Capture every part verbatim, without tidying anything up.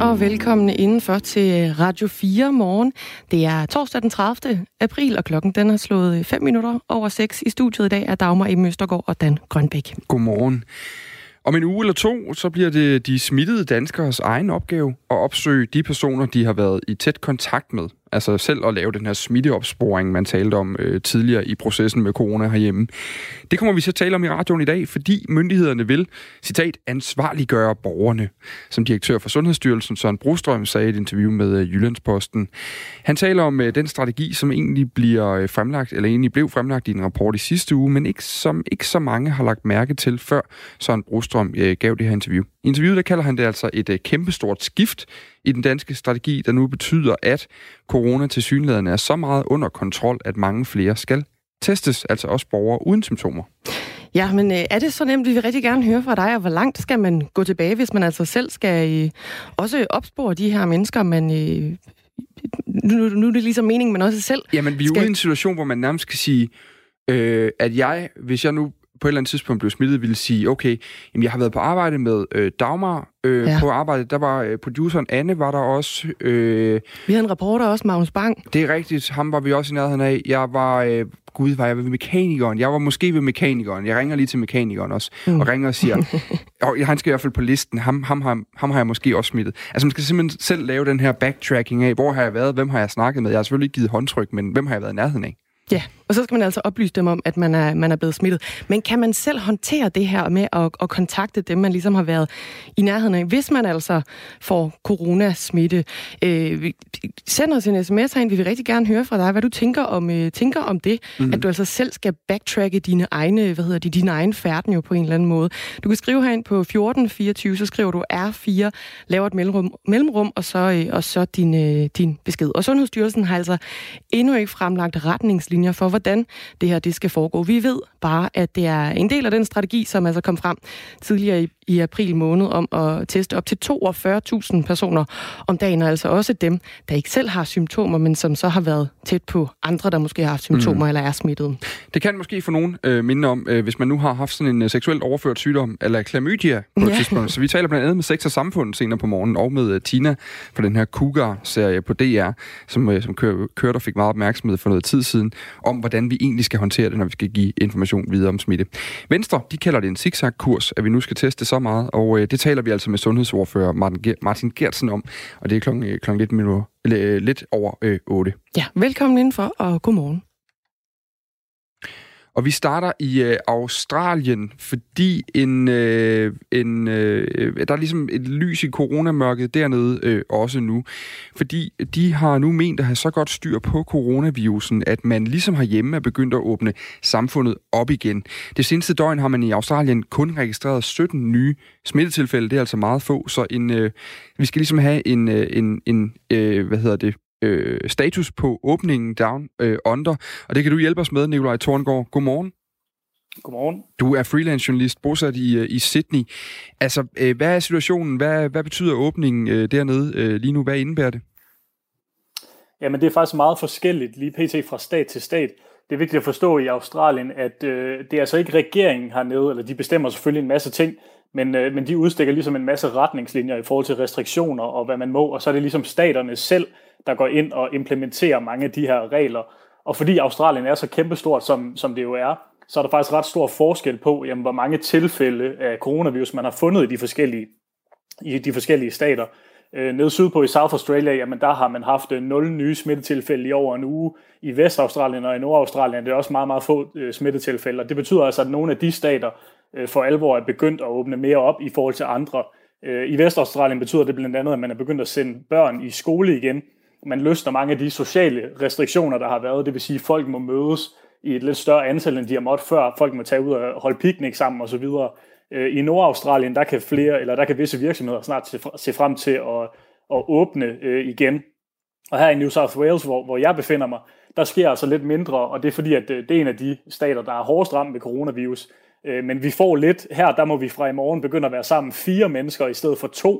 og velkommen indenfor til Radio fire morgen. Det er torsdag den tredivte april, og klokken den har slået fem minutter over seks. I studiet i dag er Dagmar Eben Østergaard og Dan Grønbæk. Godmorgen. Om en uge eller to, så bliver det de smittede danskeres egen opgave at opsøge de personer, de har været i tæt kontakt med. Altså selv at lave den her smitteopsporing, man talte om øh, tidligere i processen med corona herhjemme. Det kommer vi til at tale om i radioen i dag, fordi myndighederne vil, citat, ansvarliggøre borgerne, som direktør for Sundhedsstyrelsen Søren Brostrøm sagde i et interview med øh, Jyllandsposten. Han taler om øh, den strategi, som egentlig bliver øh, fremlagt, eller egentlig blev fremlagt i en rapport i sidste uge, men ikke, som ikke så mange har lagt mærke til, før Søren Brostrøm øh, gav det her interview. I interviewet der kalder han det altså et øh, kæmpestort skift i den danske strategi, der nu betyder, at corona tilsyneladende er så meget under kontrol, at mange flere skal testes, altså også borgere uden symptomer. Ja, men øh, er det så nemt? Vi vil rigtig gerne høre fra dig, og hvor langt skal man gå tilbage, hvis man altså selv skal øh, også opspore de her mennesker, man... Øh, nu, nu er det ligesom meningen, men også selv... Jamen, vi er skal... ude i en situation, hvor man nærmest kan sige, øh, at jeg, hvis jeg nu på et eller andet tidspunkt blev smittet, ville sige, okay, jamen, jeg har været på arbejde med øh, Dagmar. Øh, ja. På arbejde, der var øh, produceren Anne, var der også. Øh, vi havde en reporter også, Magnus Bang. Det er rigtigt, ham var vi også i nærheden af. Jeg var, øh, gud, var jeg ved mekanikeren? Jeg var måske ved mekanikeren. Jeg ringer lige til mekanikeren også, mm. og ringer og siger, og han skal i hvert fald på listen, ham, ham, ham, ham har jeg måske også smittet. Altså man skal simpelthen selv lave den her backtracking af, hvor har jeg været, hvem har jeg snakket med? Jeg har selvfølgelig ikke givet håndtryk, men hvem har jeg været i nærheden af? Ja, og så skal man altså oplyse dem om, at man er, man er blevet smittet. Men kan man selv håndtere det her med at, at kontakte dem, man ligesom har været i nærheden af, hvis man altså får coronasmitte? Øh, send os en sms herind, vi vil rigtig gerne høre fra dig, hvad du tænker om, øh, tænker om det, mm. at du altså selv skal backtracke dine egne, hvad hedder det, dine egne færden jo på en eller anden måde. Du kan skrive herind på fjorten fireogtyve, så skriver du R fire, laver et mellemrum, mellemrum og så, øh, og så din, øh, din besked. Og Sundhedsstyrelsen har altså endnu ikke fremlagt retningslinjer for, hvordan det her det skal foregå. Vi ved bare, at det er en del af den strategi, som altså kom frem tidligere i, i april måned om at teste op til toogfyrre tusind personer om dagen, og altså også dem, der ikke selv har symptomer, men som så har været tæt på andre, der måske har haft symptomer mm. eller er smittet. Det kan måske få nogen øh, minde om, øh, hvis man nu har haft sådan en øh, seksuelt overført sygdom, eller klamydia på et ja. tidspunkt. Så vi taler blandt andet med Sex og Samfund senere på morgenen, og med øh, Tina fra den her Cougar-serie på D R, som, øh, som kør, kørte og fik meget opmærksomhed for noget tid siden, om hvordan vi egentlig skal håndtere det, når vi skal give information videre om smitte. Venstre, de kalder det en zigzag-kurs, at vi nu skal teste så meget, og øh, det taler vi altså med sundhedsordfører Martin, Ger- Martin Geertsen om, og det er klokken, klokken lidt, minutter, eller, lidt over øh, otte. Ja, velkommen indenfor, og godmorgen. Og vi starter i øh, Australien, fordi en, øh, en, øh, der er ligesom et lys i coronamørket dernede øh, også nu. Fordi de har nu ment at have så godt styr på coronavirusen, at man ligesom herhjemme er begyndt at åbne samfundet op igen. Det seneste døgn har man i Australien kun registreret sytten nye smittetilfælde. Det er altså meget få, så en, øh, vi skal ligesom have en, øh, en, en øh, hvad hedder det, status på åbningen Down øh, Under, og det kan du hjælpe os med, Nikolaj Torngaard. Godmorgen. Godmorgen. Du er freelance journalist, bosat i, i Sydney. Altså, øh, hvad er situationen? Hvad, hvad betyder åbningen øh, dernede øh, lige nu? Hvad indebærer det? Jamen, det er faktisk meget forskelligt lige pt. Fra stat til stat. Det er vigtigt at forstå i Australien, at øh, det er altså ikke regeringen hernede, eller de bestemmer selvfølgelig en masse ting, men, øh, men de udstikker ligesom en masse retningslinjer i forhold til restriktioner og hvad man må, og så er det ligesom staterne selv, der går ind og implementerer mange af de her regler. Og fordi Australien er så kæmpestort, som, som det jo er, så er der faktisk ret stor forskel på, jamen, hvor mange tilfælde af coronavirus man har fundet i de forskellige, i de forskellige stater. Øh, nede sydpå i South Australia, jamen, der har man haft nul nye smittetilfælde i over en uge. I Vestaustralien og i Nordaustralien det er også meget, meget få øh, smittetilfælde. Og det betyder altså, at nogle af de stater øh, for alvor er begyndt at åbne mere op i forhold til andre. Øh, I Vestaustralien betyder det blandt andet, at man er begyndt at sende børn i skole igen. Man løsner mange af de sociale restriktioner, der har været. Det vil sige, at folk må mødes i et lidt større antal, end de har måttet før. Folk må tage ud og holde piknik sammen osv. I Nordaustralien, der kan flere, eller der kan visse virksomheder snart se frem til at, at åbne igen. Og her i New South Wales, hvor, hvor jeg befinder mig, der sker altså lidt mindre, og det er fordi, at det er en af de stater, der er hårdest ramt med coronavirus. Men vi får lidt, her der må vi fra i morgen begynde at være sammen fire mennesker i stedet for to,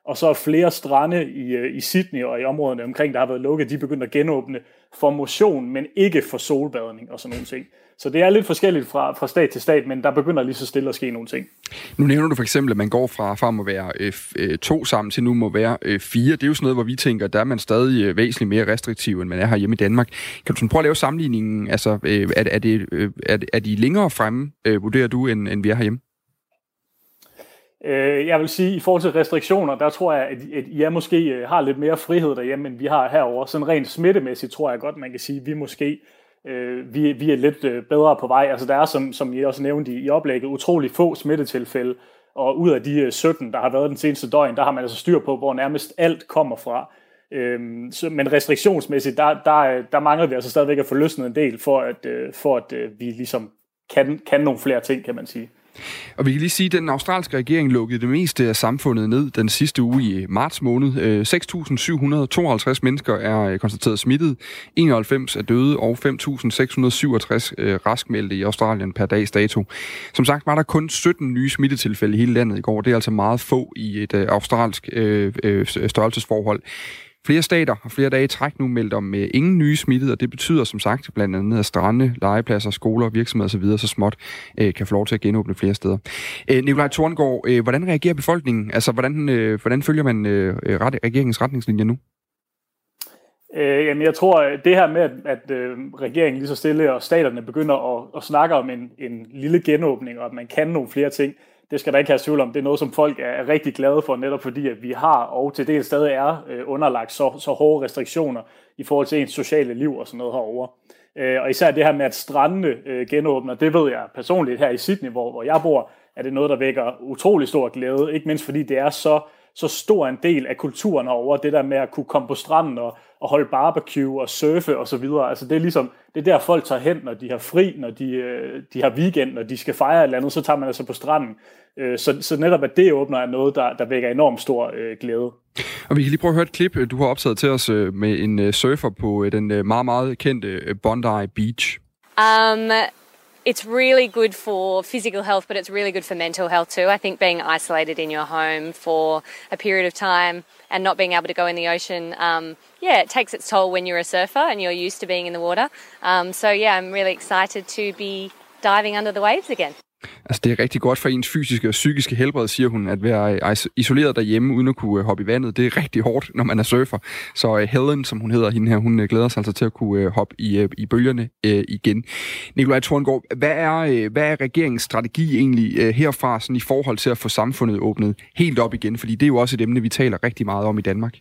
og så er flere strande i, i Sydney og i områderne omkring, der har været lukket, de er begyndt at genåbne for motion, men ikke for solbadning og sådan nogle ting. Så det er lidt forskelligt fra, fra stat til stat, men der begynder lige så stille at ske nogle ting. Nu nævner du for eksempel, at man går fra, fra at være øh, to sammen til nu må være øh, fire. Det er jo sådan noget, hvor vi tænker, der er man stadig øh, væsentligt mere restriktiv, end man er her hjemme i Danmark. Kan du sådan prøve at lave sammenligningen? Altså, øh, er, er, det, øh, er, er de længere fremme, øh, vurderer du, end, end vi er herhjemme? Jeg vil sige, at i forhold til restriktioner, der tror jeg, at I måske har lidt mere frihed derhjemme, end vi har herover. Sådan rent smittemæssigt tror jeg godt, man kan sige, at vi måske øh, vi, vi er lidt bedre på vej. Altså der er, som, som I også nævnte i, i oplægget, utrolig få smittetilfælde, og ud af de sytten, der har været den seneste døgn, der har man altså styr på, hvor nærmest alt kommer fra. Øhm, så, men restriktionsmæssigt, der, der, der mangler vi altså stadigvæk at få løsnet en del, for at, for at vi ligesom kan, kan nogle flere ting, kan man sige. Og vi kan lige sige, at den australske regering lukkede det meste af samfundet ned den sidste uge i marts måned. seks tusind syv hundrede og tooghalvtreds mennesker er konstateret smittet, enoghalvfems er døde og fem tusind seks hundrede og syvogtres raskmeldte i Australien per dags dato. Som sagt var der kun sytten nye smittetilfælde i hele landet i går. Det er altså meget få i et australsk øh, øh, størrelsesforhold. Flere stater har flere dage i træk nu meldt om øh, ingen nye smittede, og det betyder som sagt blandt andet, at strande, legepladser, skoler, virksomheder osv. så småt øh, kan få lov til at genåbne flere steder. Øh, Nikolaj Torngaard, øh, hvordan reagerer befolkningen? Altså, hvordan, øh, hvordan følger man øh, ret, regeringens retningslinjer nu? Øh, jamen, jeg tror, det her med, at, at øh, regeringen lige så stille og staterne begynder at, at snakke om en, en lille genåbning, og at man kan nogle flere ting, det skal der ikke have tvivl om. Det er noget, som folk er rigtig glade for, netop fordi, at vi har og til del stadig er underlagt så, så hårde restriktioner i forhold til ens sociale liv og sådan noget herovre. Og især det her med, at strandene genåbner, det ved jeg personligt her i Sydney, hvor, hvor jeg bor, er det noget, der vækker utrolig stor glæde. Ikke mindst fordi det er så, så stor en del af kulturen herovre, det der med at kunne komme på stranden og, og holde barbecue og surfe og så videre. Altså det er ligesom, det er der folk tager hen, når de har fri, når de, de har weekend, når de skal fejre et eller andet, så tager man altså på stranden. Så, så netop at det åbner er noget, der, der vækker enormt stor øh, glæde. Og vi kan lige prøve at høre et klip, du har optaget til os med en surfer på den meget, meget kendte Bondi Beach. Um, it's really good for physical health, but it's really good for mental health too. I think being isolated in your home for a period of time and not being able to go in the ocean, um, yeah, it takes its toll when you're a surfer and you're used to being in the water. Um, so yeah, I'm really excited to be diving under the waves again. Altså, det er rigtig godt for ens fysiske og psykiske helbred, siger hun, at være isoleret derhjemme uden at kunne hoppe i vandet. Det er rigtig hårdt, når man er surfer. Så Helen, som hun hedder hende her, hun glæder sig altså til at kunne hoppe i, i bølgerne øh, igen. Nikolaj Torngaard, hvad er, hvad er regeringens strategi egentlig øh, herfra sådan i forhold til at få samfundet åbnet helt op igen? Fordi det er jo også et emne, vi taler rigtig meget om i Danmark.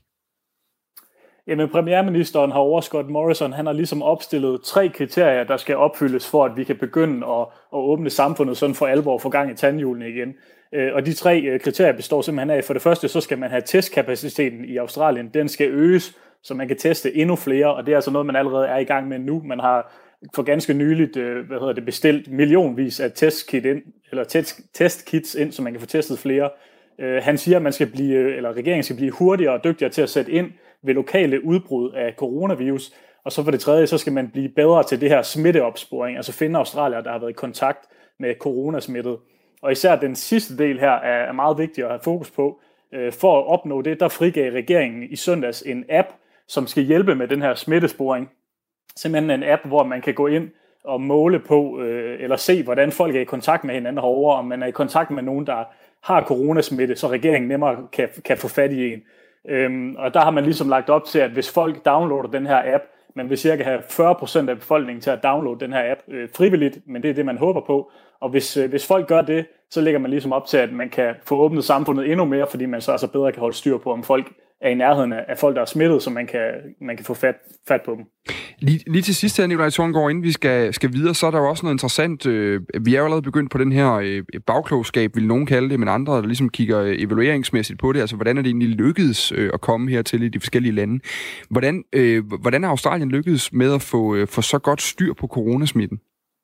Jamen, premierministeren herovre, Scott Morrison, han har ligesom opstillet tre kriterier, der skal opfyldes for, at vi kan begynde at, at åbne samfundet sådan for alvor og få gang i tandhjulene igen. Og de tre kriterier består simpelthen af, for det første, så skal man have testkapaciteten i Australien. Den skal øges, så man kan teste endnu flere, og det er altså noget, man allerede er i gang med nu. Man har for ganske nyligt hvad hedder det, bestilt millionvis af testkit ind, eller test, testkits ind, så man kan få testet flere. Han siger, at man skal blive, eller regeringen skal blive hurtigere og dygtigere til at sætte ind ved lokale udbrud af coronavirus. Og så for det tredje, så skal man blive bedre til det her smitteopsporing, altså finde australier, der har været i kontakt med coronasmittet. Og især den sidste del her er meget vigtig at have fokus på. For at opnå det, der frigav regeringen i søndags en app, som skal hjælpe med den her smittesporing. Simpelthen en app, hvor man kan gå ind og måle på, eller se, hvordan folk er i kontakt med hinanden herovre, om man er i kontakt med nogen, der har coronasmitte, så regeringen nemmere kan, kan få fat i en. Øhm, og der har man ligesom lagt op til, at hvis folk downloader den her app, man vil cirka have fyrre procent af befolkningen til at downloade den her app øh, frivilligt, men det er det, man håber på. Og hvis, øh, hvis folk gør det, så lægger man ligesom op til, at man kan få åbnet samfundet endnu mere, fordi man så altså bedre kan holde styr på, om folk er i nærheden af folk, der er smittet, så man kan, man kan få fat, fat på dem. Lige, lige til sidst her, Nikolaj Torngaard, inden vi skal, skal videre, så er der jo også noget interessant. Øh, vi er jo allerede begyndt på den her øh, bagklogskab, vil nogen kalde det, men andre, der ligesom kigger øh, evalueringsmæssigt på det. Altså, hvordan er det egentlig lykkedes øh, at komme hertil i de forskellige lande? Hvordan, øh, hvordan er Australien lykkedes med at få, øh, få så godt styr på coronasmitten?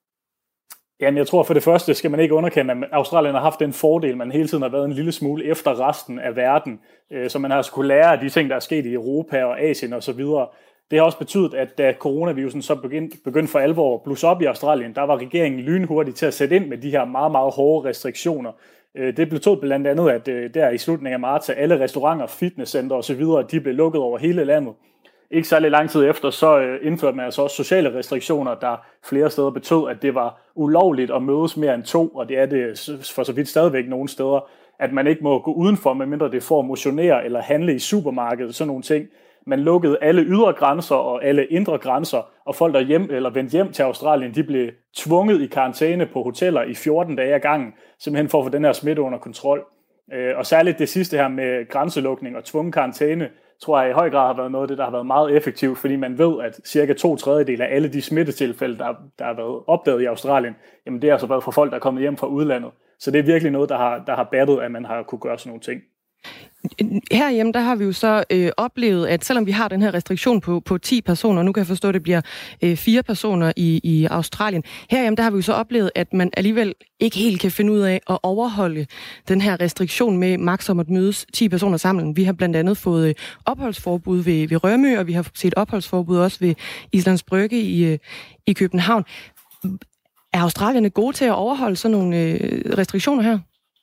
Jamen, jeg tror for det første skal man ikke underkende, at Australien har haft den fordel, man hele tiden har været en lille smule efter resten af verden, øh, så man har altså kunne lære af de ting, der er sket i Europa og Asien og så videre. Det har også betydet, at da coronavirusen så begyndte, begyndte for alvor at blusse op i Australien, der var regeringen lynhurtig til at sætte ind med de her meget, meget hårde restriktioner. Det betød blandt andet, at der i slutningen af marts, alle restauranter, fitnesscenter osv., de blev lukket over hele landet. Ikke særlig lang tid efter, så indførte man altså også sociale restriktioner, der flere steder betød, at det var ulovligt at mødes mere end to, og det er det for så vidt stadigvæk nogle steder, at man ikke må gå udenfor, medmindre det får at motionere eller handle i supermarkedet, sådan nogle ting. Man lukkede alle ydre grænser og alle indre grænser, og folk, der hjem, eller vendte hjem til Australien, de blev tvunget i karantæne på hoteller i fjorten dage ad gangen, simpelthen for at få den her smitte under kontrol. Og særligt det sidste her med grænselukning og tvungen karantæne, tror jeg i høj grad har været noget af det, der har været meget effektivt, fordi man ved, at cirka to tredjedel af alle de smittetilfælde, der, der har været opdaget i Australien, jamen det har altså været fra folk, der er kommet hjem fra udlandet. Så det er virkelig noget, der har, der har battet, at man har kunne gøre sådan nogle ting. Herhjemme, der har vi jo så øh, oplevet, at selvom vi har den her restriktion på, på ti personer, nu kan jeg forstå, at det bliver øh, fire personer i, i Australien. Herhjemme, der har vi jo så oplevet, at man alligevel ikke helt kan finde ud af at overholde den her restriktion med maks om at mødes ti personer sammen. Vi har blandt andet fået øh, opholdsforbud ved, ved Rømø, og vi har set opholdsforbud også ved Islands Brygge i, øh, i København. Er australierne gode til at overholde sådan nogle øh, restriktioner her?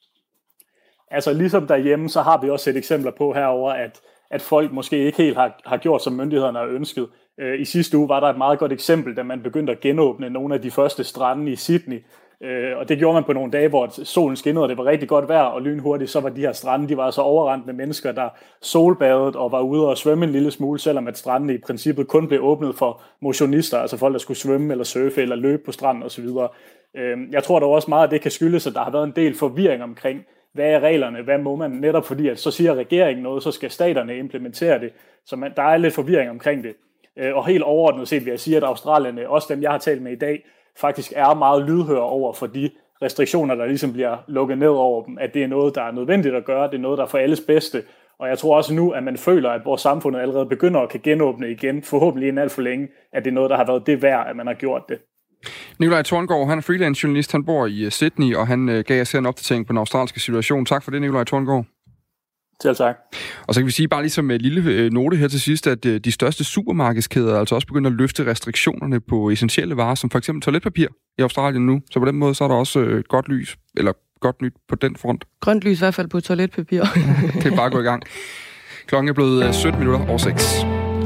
Altså ligesom derhjemme, så har vi også set eksempler på herover, at, at folk måske ikke helt har, har gjort, som myndighederne har ønsket. Øh, I sidste uge var der et meget godt eksempel, da man begyndte at genåbne nogle af de første strande i Sydney. Øh, og det gjorde man på nogle dage, hvor solen skinnede, og det var rigtig godt vejr, og lynhurtigt så var de her strande, de var så overrendt med mennesker, der solbadede og var ude og svømme en lille smule, selvom at strandene i princippet kun blev åbnet for motionister, altså folk, der skulle svømme eller surfe eller løbe på stranden osv. Øh, jeg tror dog også meget, at det kan skyldes, at der har været en del forvirring omkring, hvad er reglerne, hvad må man, netop fordi, at så siger regeringen noget, så skal staterne implementere det. Så man, der er lidt forvirring omkring det. Og helt overordnet set vil jeg sige, at australierne, også dem jeg har talt med i dag, faktisk er meget lydhøre over for de restriktioner, der ligesom bliver lukket ned over dem, at det er noget, der er nødvendigt at gøre, det er noget, der er for alles bedste. Og jeg tror også nu, at man føler, at vores samfund allerede begynder at kan genåbne igen, forhåbentlig inden alt for længe, at det er noget, der har været det værd, at man har gjort det. Nikolaj Torngaard, han er freelance journalist, han bor i Sydney, og han øh, gav os her en opdatering på den australske situation. Tak for det, Nikolaj Torngaard. Selv tak. Og så kan vi sige bare ligesom en lille øh, note her til sidst, at øh, de største supermarkedskæder er altså også begyndt at løfte restriktionerne på essentielle varer, som for eksempel toiletpapir i Australien nu. Så på den måde, så er der også øh, godt lys, eller godt nyt på den front. Grønt lys i hvert fald på toiletpapir. Det er bare at gå i gang. Klokken er blevet sytten minutter over seks.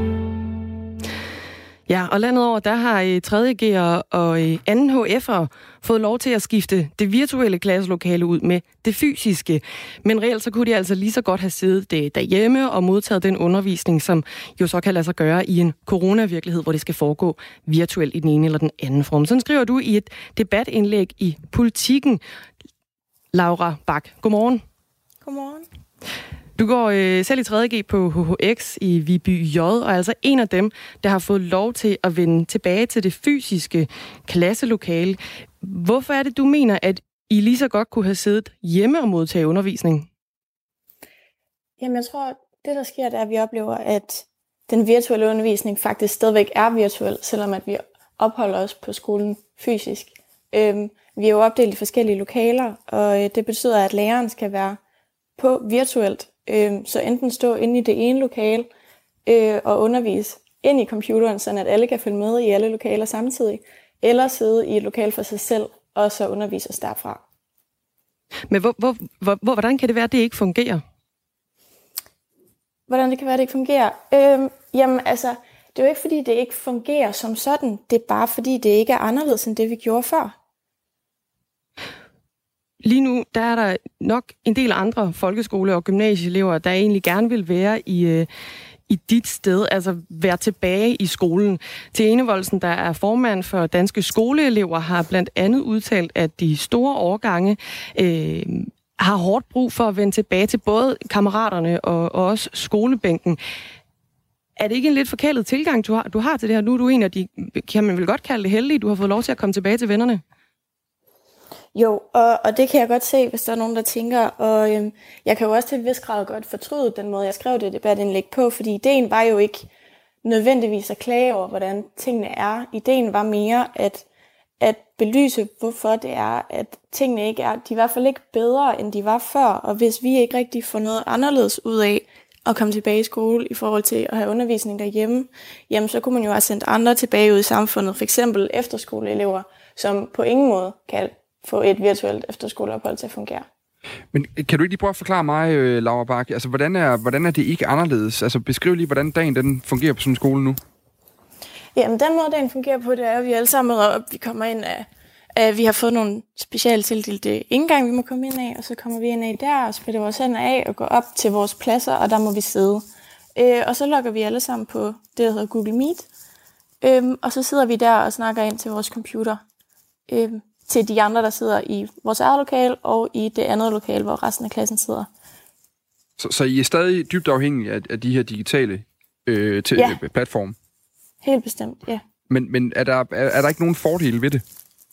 Ja, og landet over, der har tredje G'ere og anden H F'ere fået lov til at skifte det virtuelle klasselokale ud med det fysiske. Men reelt så kunne de altså lige så godt have siddet derhjemme og modtaget den undervisning, som jo så kan lade sig gøre i en coronavirkelighed, hvor det skal foregå virtuelt i den ene eller den anden form. Sådan skriver du i et debatindlæg i Politikken. Laura Bak, godmorgen. Godmorgen. Du går øh, selv i tredje G på H H X i Viby J, og er altså en af dem, der har fået lov til at vende tilbage til det fysiske klasselokale. Hvorfor er det, du mener, at I lige så godt kunne have siddet hjemme og modtage undervisning? Jamen, jeg tror, det der sker, det er, at vi oplever, at den virtuelle undervisning faktisk stadigvæk er virtuel, selvom at vi opholder os på skolen fysisk. Øhm, vi er jo opdelt i forskellige lokaler, og øh, det betyder, at læreren skal være på virtuelt. Så enten stå inde i det ene lokale øh, og undervise ind i computeren, så at alle kan følge med i alle lokaler samtidig, eller sidde i et lokale for sig selv og så undervise os derfra. Men hvor, hvor, hvor, hvordan kan det være, at det ikke fungerer? Hvordan det kan være, at det ikke fungerer? Øhm, jamen altså, det er jo ikke fordi, det ikke fungerer som sådan. Det er bare fordi, det ikke er anderledes end det, vi gjorde før. Lige nu, der er der nok en del andre folkeskole- og gymnasieelever, der egentlig gerne vil være i, øh, i dit sted, altså være tilbage i skolen. Til Enevoldsen, der er formand for Danske Skoleelever, har blandt andet udtalt, at de store årgange øh, har hårdt brug for at vende tilbage til både kammeraterne og, og også skolebænken. Er det ikke en lidt forkælet tilgang, du har, du har til det her? Nu er du en af de, kan man vel godt kalde det heldige, du har fået lov til at komme tilbage til vennerne? Jo, og, og det kan jeg godt se, hvis der er nogen, der tænker, og øhm, jeg kan jo også til et vis grad godt fortryde den måde, jeg skrev det debatindlæg på, fordi ideen var jo ikke nødvendigvis at klage over, hvordan tingene er. Ideen var mere at, at belyse, hvorfor det er, at tingene ikke er, de er i hvert fald ikke bedre, end de var før, og hvis vi ikke rigtig får noget anderledes ud af at komme tilbage i skole i forhold til at have undervisning derhjemme, jamen så kunne man jo have sendt andre tilbage ud i samfundet, f.eks. efterskoleelever, som på ingen måde kan få et virtuelt efterskoleophold til at fungere. Men kan du ikke lige prøve at forklare mig, Laura Bach, altså hvordan er, hvordan er det ikke anderledes? Altså beskriv lige, hvordan dagen den fungerer på sådan en skole nu. Jamen, den måde, dagen fungerer på, det er, at vi alle sammen møder op. Vi kommer ind af, af vi har fået nogle specielt tildelte indgang, vi må komme ind af, og så kommer vi ind af der og spritter vores hænder af og går op til vores pladser, og der må vi sidde. Øh, og så logger vi alle sammen på det, der hedder Google Meet. Øh, og så sidder vi der og snakker ind til vores computer. Øh, til de andre, der sidder i vores eget lokal og i det andet lokal, hvor resten af klassen sidder. Så, så I er stadig dybt afhængige af, af de her digitale øh, til, ja. platforme? Helt bestemt, ja. Men, men er, der, er, er der ikke nogen fordele ved det?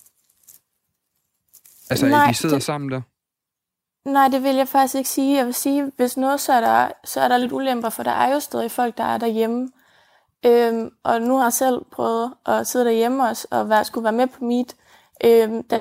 Altså, nej, at de sidder det, sammen der? Nej, det vil jeg faktisk ikke sige. Jeg vil sige, hvis noget, så er der, så er der lidt ulemper, for der er jo stadig folk, der er derhjemme. Øhm, og nu har jeg selv prøvet at sidde derhjemme også, og være, skulle være med på Meet. Øhm, der...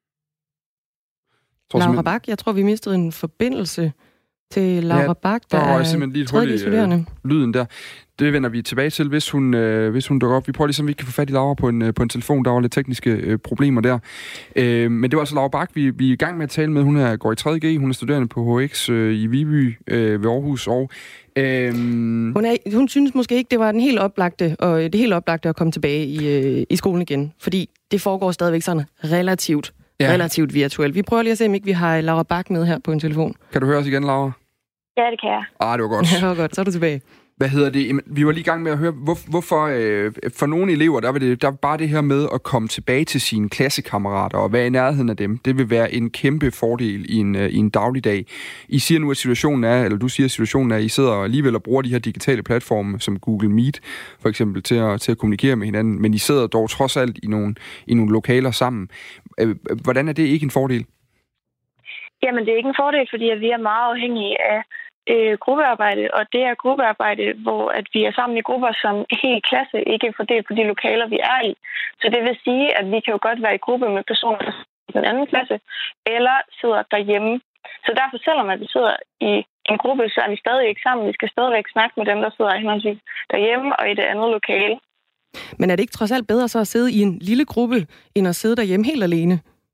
Laura Bach, jeg tror, vi mistede en forbindelse til Laura ja, Bach, der, der er simpelthen lige et hul i øh, lyden der. Det vender vi tilbage til, hvis hun, øh, hvis hun dukker op. Vi prøver ligesom, vi kan få fat i Laura på en, øh, på en telefon. Der var lidt tekniske øh, problemer der. Øh, men det var altså Laura Bach, vi, vi er i gang med at tale med. Hun er, går i tredje G. Hun er studerende på H X øh, i Viby øh, ved Aarhus. Og, øh... hun, er, hun synes måske ikke, det var den helt oplagte, og det helt oplagte at komme tilbage i, øh, i skolen igen. Fordi det foregår stadigvæk sådan relativt, ja. relativt virtuelt. Vi prøver lige at se, om ikke vi har Laura Bach med her på en telefon. Kan du høre os igen, Laura? Ja, det kan jeg. Ah, det var godt. Ja, det var godt. Så er du tilbage. Hvad hedder det? Vi var lige i gang med at høre, hvor, hvorfor øh, for nogle elever, der var det der var bare det her med at komme tilbage til sine klassekammerater og være i nærheden af dem. Det vil være en kæmpe fordel i en, øh, i en dagligdag. I siger nu, at situationen er, eller du siger, at situationen er, at I sidder alligevel og bruger de her digitale platforme, som Google Meet, for eksempel, til at, til at kommunikere med hinanden, men I sidder dog trods alt i nogle, i nogle lokaler sammen. Øh, hvordan er det ikke en fordel? Jamen, det er ikke en fordel, fordi vi er meget afhængige af øh, gruppearbejde, og det er gruppearbejde, hvor at vi er sammen i grupper, som helt klasse ikke er fordelt på de lokaler, vi er i. Så det vil sige, at vi kan jo godt være i gruppe med personer i den anden klasse, eller sidder derhjemme. Så derfor, selvom at vi sidder i en gruppe, så er vi stadig ikke sammen. Vi skal stadigvæk snakke med dem, der sidder henholdsvis derhjemme og i det andet lokale. Men er det ikke trods alt bedre så at sidde i en lille gruppe, end at sidde derhjemme helt alene?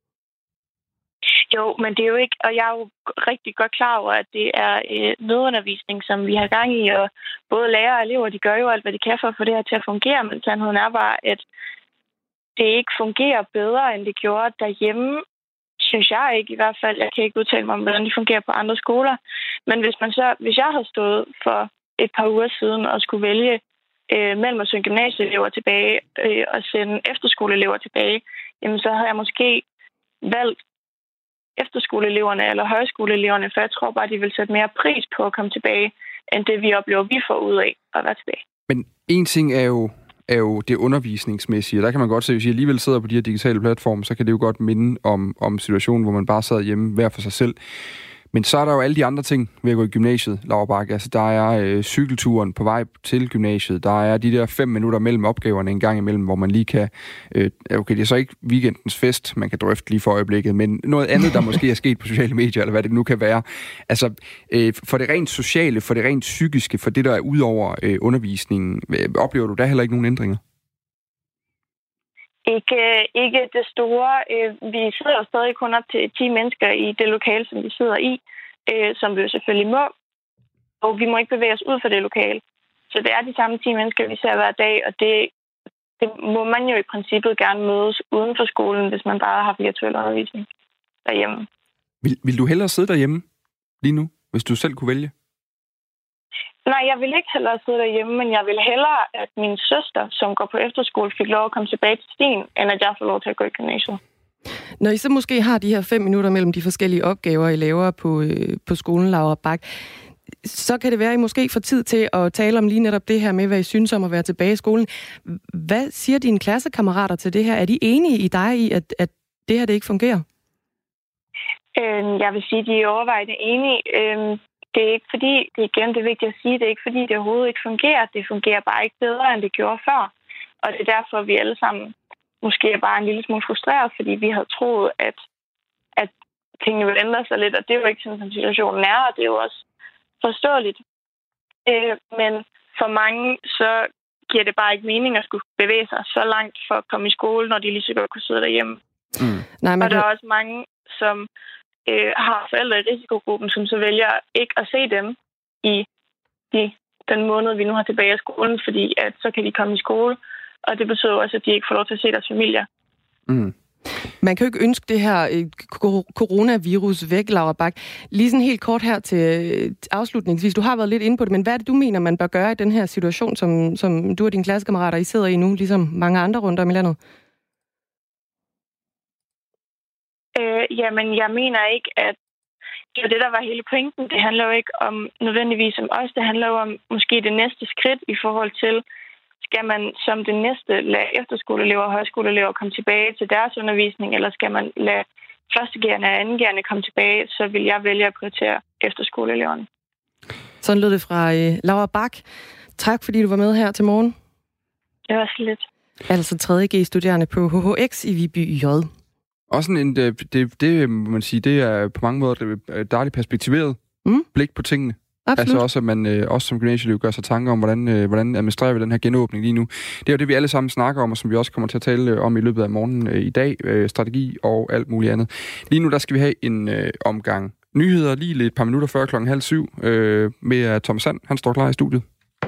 Jo, men det er jo ikke, og jeg er jo rigtig godt klar over, at det er øh, nødundervisning, som vi har gang i, og både lærere og elever, de gør jo alt, hvad de kan for at få det her til at fungere, men sandheden er bare, at det ikke fungerer bedre, end det gjorde derhjemme, synes jeg ikke i hvert fald. Jeg kan ikke udtale mig om, hvordan det fungerer på andre skoler, men hvis man så, hvis jeg havde stået for et par uger siden og skulle vælge øh, mellem at sende gymnasieelever tilbage øh, og sende efterskoleelever tilbage, jamen så havde jeg måske valgt efterskoleeleverne eller højskoleeleverne, for jeg tror bare, de vil sætte mere pris på at komme tilbage, end det vi oplever, vi får ud af at være tilbage. Men en ting er jo, er jo det undervisningsmæssige. Der kan man godt se, hvis I alligevel sidder på de her digitale platforme, så kan det jo godt minde om, om situationen, hvor man bare sad hjemme hver for sig selv. Men så er der jo alle de andre ting ved at gå i gymnasiet, Laura Bach. Altså, der er øh, cykelturen på vej til gymnasiet. Der er de der fem minutter mellem opgaverne en gang imellem, hvor man lige kan... Øh, okay, det er så ikke weekendens fest, man kan drøfte lige for øjeblikket, men noget andet, der måske er sket på sociale medier, eller hvad det nu kan være. Altså, øh, for det rent sociale, for det rent psykiske, for det, der er ud over øh, undervisningen, øh, oplever du der heller ikke nogen ændringer? Ikke, ikke det store. Vi sidder jo stadig kun op til ti mennesker i det lokale, som vi sidder i, som vi jo selvfølgelig må. Og vi må ikke bevæge os ud fra det lokale. Så det er de samme ti mennesker, vi ser hver dag, og det, det må man jo i princippet gerne mødes uden for skolen, hvis man bare har virtuel undervisning derhjemme. Vil, vil du hellere sidde derhjemme lige nu, hvis du selv kunne vælge? Nej, jeg vil ikke hellere sidde derhjemme, men jeg vil hellere, at min søster, som går på efterskole, fik lov at komme tilbage til stien, end at jeg får lov til at gå i gymnasiet. Når I så måske har de her fem minutter mellem de forskellige opgaver, I laver på, øh, på skolen, Laura Bach, så kan det være, at I måske får tid til at tale om lige netop det her med, hvad I synes om at være tilbage i skolen. Hvad siger dine klassekammerater til det her? Er de enige i dig i, at, at det her det ikke fungerer? Øh, jeg vil sige, at de er overvejende enige. Øh, Det er ikke fordi, det er igen det er vigtigt at sige, det er ikke fordi, det overhovedet ikke fungerer. Det fungerer bare ikke bedre, end det gjorde før. Og det er derfor, vi alle sammen måske er bare en lille smule frustreret, fordi vi havde troet, at, at tingene ville ændre sig lidt. Og det er jo ikke sådan, som situationen er, og det er jo også forståeligt. Øh, men for mange, så giver det bare ikke mening at skulle bevæge sig så langt for at komme i skole, når de lige så godt kunne sidde derhjemme. Mm. Nej, og der er også mange, som øh, har forældre i risikogruppen, som så vælger ikke at se dem i de, den måned, vi nu har tilbage af skolen, fordi at så kan de komme i skole, og det betyder også, at de ikke får lov til at se deres familier. Mm. Man kan jo ikke ønske det her øh, coronavirus væk, Laura Bach. Lige sådan helt kort her til øh, afslutningsvis. Du har været lidt inde på det, men hvad er det, du mener, man bør gøre i den her situation, som, som du og dine klassekammerater I sidder i nu, ligesom mange andre rundt om i landet? Øh, jamen, jeg mener ikke, at det er det, der var hele pointen. Det handler jo ikke om nødvendigvis om os. Det handler jo om måske det næste skridt i forhold til, skal man som det næste lade efterskoleelever og højskoleelever komme tilbage til deres undervisning, eller skal man lade førstegærende og andengærende komme tilbage, så vil jeg vælge at prioritere efterskoleeleverne. Sådan lød det fra øh, Laura Bach. Tak, fordi du var med her til morgen. Det var så lidt. Altså tredje G-studerende på H H X i Viby J. Også en, det, det, det, må man sige, det er på mange måder et dejligt perspektiveret mm. blik på tingene. Absolut. Altså også, at man øh, også som gymnasieelev gør sig tanker om, hvordan, øh, hvordan administrerer vi den her genåbning lige nu. Det er jo det, vi alle sammen snakker om, og som vi også kommer til at tale øh, om i løbet af morgenen øh, i dag. Øh, strategi og alt muligt andet. Lige nu, der skal vi have en øh, omgang nyheder lige lidt et par minutter før klokken halv syv øh, med Thomas Sand. Han står klar i studiet.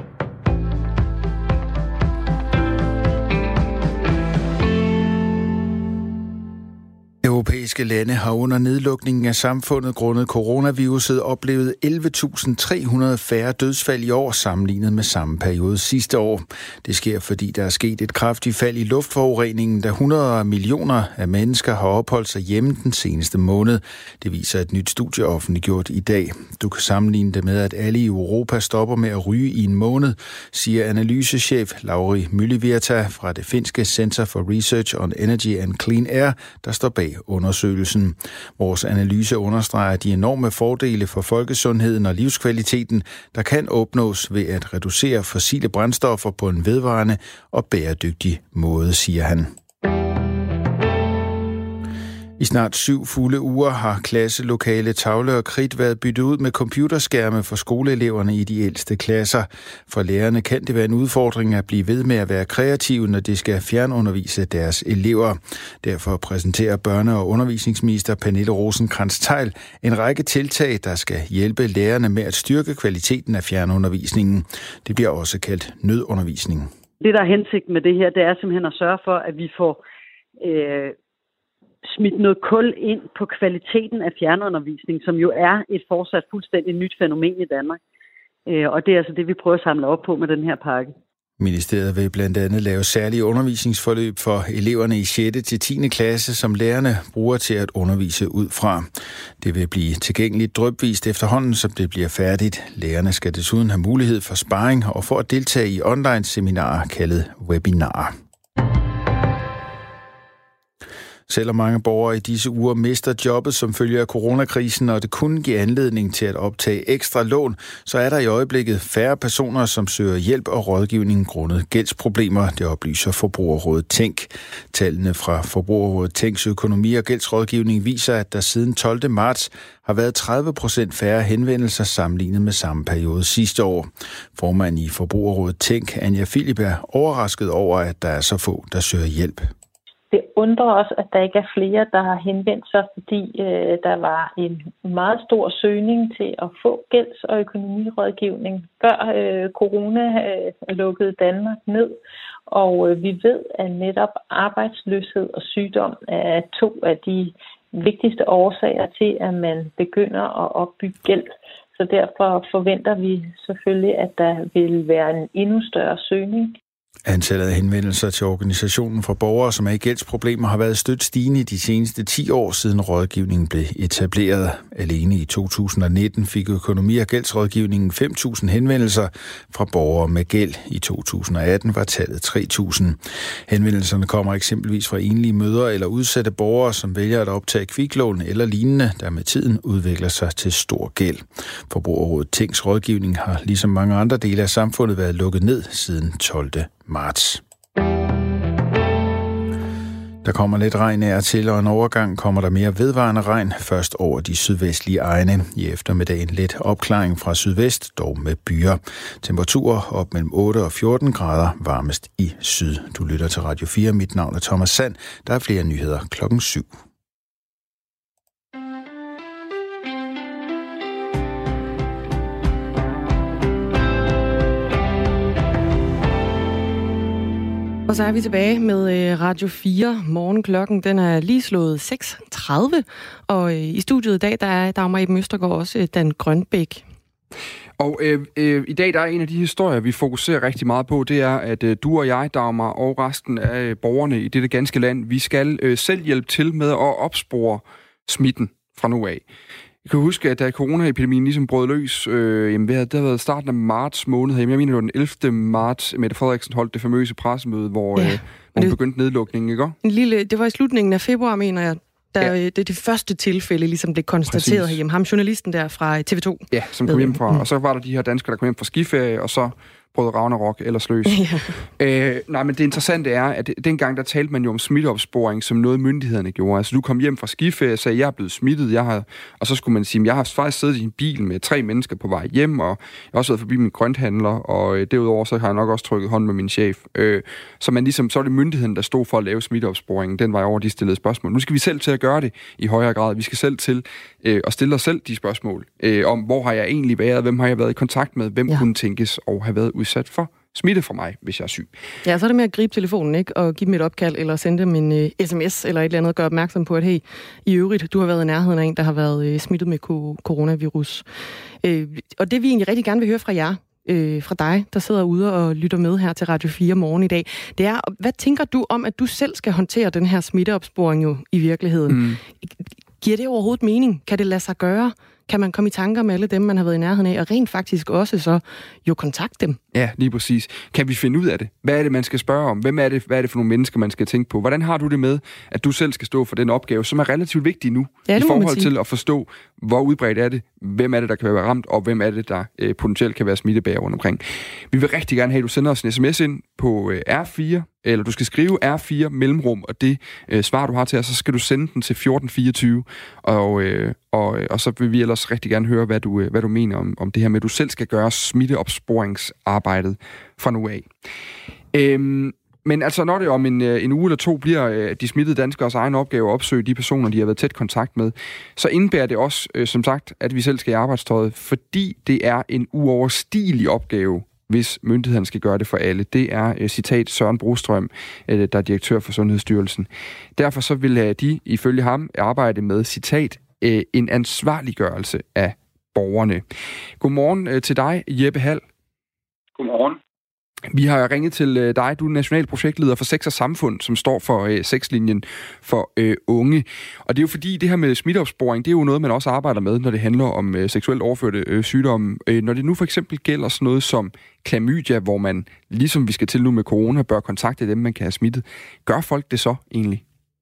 Europæiske lande har under nedlukningen af samfundet grundet coronaviruset oplevet elleve tusind tre hundrede færre dødsfald i år sammenlignet med samme periode sidste år. Det sker, fordi der er sket et kraftigt fald i luftforureningen, da hundreder af millioner af mennesker har opholdt sig hjemme den seneste måned. Det viser et nyt studie offentliggjort i dag. Du kan sammenligne det med, at alle i Europa stopper med at ryge i en måned, siger analysechef Lauri Myllyvirta fra det finske Center for Research on Energy and Clean Air, der står bag undersøgelsen. Vores analyse understreger de enorme fordele for folkesundheden og livskvaliteten, der kan opnås ved at reducere fossile brændstoffer på en vedvarende og bæredygtig måde, siger han. I snart syv fulde uger har klasselokale, tavle og kridt været byttet ud med computerskærme for skoleeleverne i de ældste klasser. For lærerne kan det være en udfordring at blive ved med at være kreative, når de skal fjernundervise deres elever. Derfor præsenterer børne- og undervisningsminister Pernille Rosenkrantz-Theil en række tiltag, der skal hjælpe lærerne med at styrke kvaliteten af fjernundervisningen. Det bliver også kaldt nødundervisning. Det, der er hensigt med det her, det er simpelthen at sørge for, at vi får øh smidt noget kul ind på kvaliteten af fjernundervisning, som jo er et fortsat fuldstændig nyt fænomen i Danmark. Og det er altså det, vi prøver at samle op på med den her pakke. Ministeriet vil blandt andet lave særlige undervisningsforløb for eleverne i sjette til tiende klasse, som lærerne bruger til at undervise ud fra. Det vil blive tilgængeligt drypvist efterhånden, som det bliver færdigt. Lærerne skal desuden have mulighed for sparring og for at deltage i online-seminarer kaldet webinarer. Selvom mange borgere i disse uger mister jobbet som følge af coronakrisen, og det kunne give anledning til at optage ekstra lån, så er der i øjeblikket færre personer, som søger hjælp og rådgivning grundet gældsproblemer, det oplyser Forbrugerrådet Tænk. Tallene fra Forbrugerrådet Tænks økonomi- og gældsrådgivning viser, at der siden tolvte marts har været tredive procent færre henvendelser sammenlignet med samme periode sidste år. Formanden i Forbrugerrådet Tænk, Anja Philip, er overrasket over, at der er så få, der søger hjælp. Det undrer os, at der ikke er flere, der har henvendt sig, fordi øh, der var en meget stor søgning til at få gælds- og økonomirådgivning, før øh, corona øh, lukkede Danmark ned. Og øh, vi ved, at netop arbejdsløshed og sygdom er to af de vigtigste årsager til, at man begynder at opbygge gæld. Så derfor forventer vi selvfølgelig, at der vil være en endnu større søgning. Antallet af henvendelser til organisationen for borgere, som er i gældsproblemer, har været stødt stigende de seneste ti år, siden rådgivningen blev etableret. Alene i to tusind og nitten fik økonomi- og gældsrådgivningen fem tusind henvendelser fra borgere med gæld. I to tusind og atten var tallet tre tusind. Henvendelserne kommer eksempelvis fra enlige mødre eller udsatte borgere, som vælger at optage kviklån eller lignende, der med tiden udvikler sig til stor gæld. Forbrugerrådet Tænks rådgivning har ligesom mange andre dele af samfundet været lukket ned siden tolvte marts. Der kommer lidt regn af og til, og en overgang kommer der mere vedvarende regn, først over de sydvestlige egne. I eftermiddagen lidt opklaring fra sydvest, dog med byer. Temperaturer op mellem otte og fjorten grader, varmest i syd. Du lytter til Radio fire. Mit navn er Thomas Sand. Der er flere nyheder klokken syv. Og så er vi tilbage med Radio fire. Morgenklokken, den er lige slået seks tredive. Og i studiet i dag, der er Dagmar Eben Østergaard også Dan Grønbæk. Og øh, øh, i dag, der er en af de historier, vi fokuserer rigtig meget på, det er, at øh, du og jeg, Dagmar, og resten af øh, borgerne i dette ganske land, vi skal øh, selv hjælpe til med at opspore smitten fra nu af. Jeg kan huske, at da coronaepidemien ligesom brød løs, øh, jamen, det har været starten af marts måned herhjemme. Jeg mener, det var den ellevte marts, Mette Frederiksen holdt det famøse pressemøde, hvor, ja, øh, hvor hun begyndte nedlukningen, ikke? En lille, det var i slutningen af februar, mener jeg. Der, ja. Det er det første tilfælde, ligesom blev konstateret Præcis. herhjemme. Ham, journalisten der fra T V to. Ja, som kom hjem fra. Mm. Og så var der de her danskere, der kom hjem fra skiferie, og så brød Ragnarok ellers løs. Ja. Øh, nej, men det interessante er, at dengang der talte man jo om smitteopsporing som noget, myndighederne gjorde. Altså, du kom hjem fra skiferie og sagde, jeg er blevet smittet, jeg har, og så skulle man sige, jeg har faktisk siddet i en bil med tre mennesker på vej hjem, og jeg har også været forbi min grønthandler, og øh, derudover så har jeg nok også trykket hånd med min chef. Øh, så man ligesom, så er det myndigheden, der stod for at lave smitteopsporingen. Den var over, de stillede spørgsmål. Nu skal vi selv til at gøre det i højere grad. Vi skal selv til øh, at stille os selv de spørgsmål øh, om, hvor har jeg egentlig været, hvem har jeg været i kontakt med, hvem ja. kunne tænkes og have været udsat for smitte for mig, hvis jeg er syg. Ja, så er det med at gribe telefonen, ikke? Og give dem et opkald, eller sende dem en uh, sms, eller et eller andet, og gøre opmærksom på, at hey, i øvrigt, du har været i nærheden af en, der har været uh, smittet med ko- coronavirus. Uh, og det vi egentlig rigtig gerne vil høre fra jer, uh, fra dig, der sidder ude og lytter med her til Radio fire morgen i dag, det er, hvad tænker du om, at du selv skal håndtere den her smitteopsporing jo i virkeligheden? Mm. Giver det overhovedet mening? Kan det lade sig gøre? Kan man komme i tanker med alle dem, man har været i nærheden af, og rent faktisk også så jo kontakte dem? Ja, lige præcis. Kan vi finde ud af det? Hvad er det, man skal spørge om? Hvem er det, hvad er det for nogle mennesker, man skal tænke på? Hvordan har du det med, at du selv skal stå for den opgave, som er relativt vigtig nu, ja, i forhold til at forstå, hvor udbredt er det, hvem er det, der kan være ramt, og hvem er det, der øh, potentielt kan være smittebærer rundt omkring. Vi vil rigtig gerne have, at du sender os en sms ind på øh, R fire, eller du skal skrive R fire mellemrum, og det øh, svar, du har til os, så skal du sende den til fjorten fireogtyve, og, øh, og, og så vil vi ellers rigtig gerne høre, hvad du, øh, hvad du mener om, om det her med, at du selv skal gøre smitteopsporingsarbejdet fra nu af. Øhm, men altså, når det om en, en uge eller to bliver øh, de smittede danskers egen opgave at opsøge de personer, de har været tæt kontakt med, så indebærer det også, øh, som sagt, at vi selv skal i arbejdstøjet, fordi det er en uoverstigelig opgave, hvis myndighederne skal gøre det for alle. Det er uh, citat Søren Brostrøm, uh, der er direktør for Sundhedsstyrelsen. Derfor så vil uh, de, ifølge ham, arbejde med citat uh, en ansvarliggørelse af borgerne. Godmorgen uh, til dig, Jeppe Hall. Godmorgen. Vi har ringet til øh, dig. Du er national projektleder for Sex og Samfund, som står for øh, sexlinjen for øh, unge. Og det er jo fordi, det her med smitteopsporing, det er jo noget, man også arbejder med, når det handler om øh, seksuelt overførte øh, sygdomme. Øh, når det nu for eksempel gælder sådan noget som klamydia, hvor man, ligesom vi skal til nu med corona, bør kontakte dem, man kan have smittet. Gør folk det så egentlig?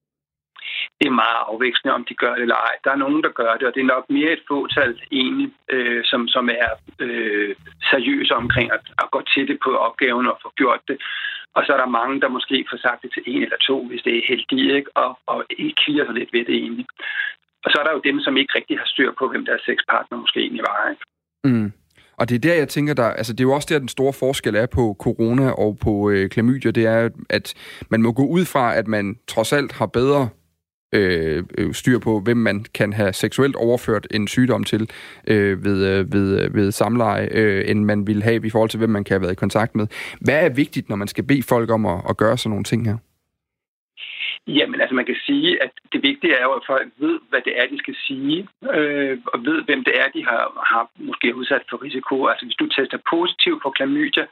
Det er meget afvekslende, om de gør det eller ej. Der er nogen, der gør det, og det er nok mere et fåtal egentlig, øh, som, som er øh, seriøse omkring at, at gå til det på opgaven og få gjort det. Og så er der mange, der måske får sagt det til en eller to, hvis det er heldigt, ikke? Og, og ikke kvier sig lidt ved det egentlig. Og så er der jo dem, som ikke rigtig har styr på, hvem deres sexpartner måske egentlig var, ikke? Mm. Og det er der, jeg tænker, der, altså det er jo også der, den store forskel er på corona og på øh, klamydia. Det er, at man må gå ud fra, at man trods alt har bedre Øh, styr på, hvem man kan have seksuelt overført en sygdom til øh, ved, ved, ved samleje, øh, end man ville have i forhold til, hvem man kan have været i kontakt med. Hvad er vigtigt, når man skal bede folk om at, at gøre sådan nogle ting her? Jamen, altså man kan sige, at det vigtige er jo, at folk ved, hvad det er, de skal sige, øh, og ved, hvem det er, de har, har måske udsat for risiko. Altså hvis du tester positiv for klamydia,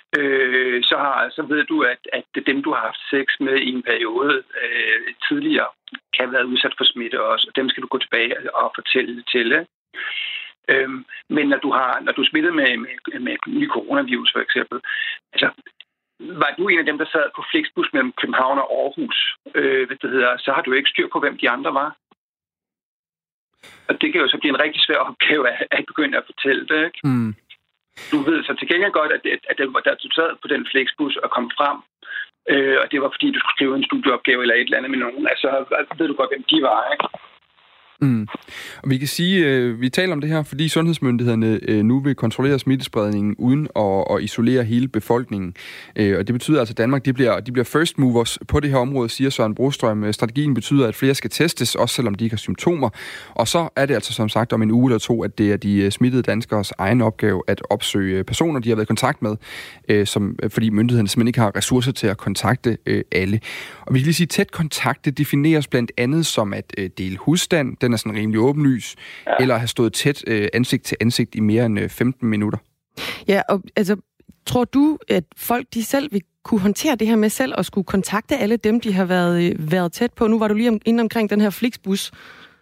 Øh, så, har, så ved du, at, at dem, du har haft sex med i en periode øh, tidligere, kan have været udsat for smitte også, og dem skal du gå tilbage og fortælle det til. Øh, men når du har, når du er smittet med, med, med ny coronavirus for eksempel, altså, var du en af dem, der sad på Flixbus mellem København og Aarhus, øh, hvad det hedder, så har du ikke styr på, hvem de andre var. Og det kan jo så blive en rigtig svær opgave at, at begynde at fortælle det, ikke? Mm. Du ved så til gengæld godt, at, at, at der du sad på den Flixbus og kom frem, øh, og det var fordi, du skulle skrive en studieopgave eller et eller andet med nogen. Altså, ved du godt, hvem de var, ikke? Mm. Og vi kan sige, øh, vi taler om det her, fordi sundhedsmyndighederne øh, nu vil kontrollere smittespredningen uden at, at isolere hele befolkningen. Øh, og det betyder altså, at Danmark de bliver, de bliver first movers på det her område, siger Søren Brostrøm. Strategien betyder, at flere skal testes, også selvom de ikke har symptomer. Og så er det altså som sagt om en uge eller to, at det er de smittede danskers egen opgave at opsøge personer, de har været i kontakt med, øh, som, fordi myndighederne simpelthen ikke har ressourcer til at kontakte øh, alle. Og vi kan lige sige, tæt kontakt, det defineres blandt andet som at øh, dele husstand. Den er sådan rimelig åbenlys, ja. Eller have stået tæt øh, ansigt til ansigt i mere end øh, femten minutter. Ja, og altså, tror du, at folk de selv vil kunne håndtere det her med selv og skulle kontakte alle dem, de har været, øh, været tæt på? Nu var du lige om, inde omkring den her Flixbus.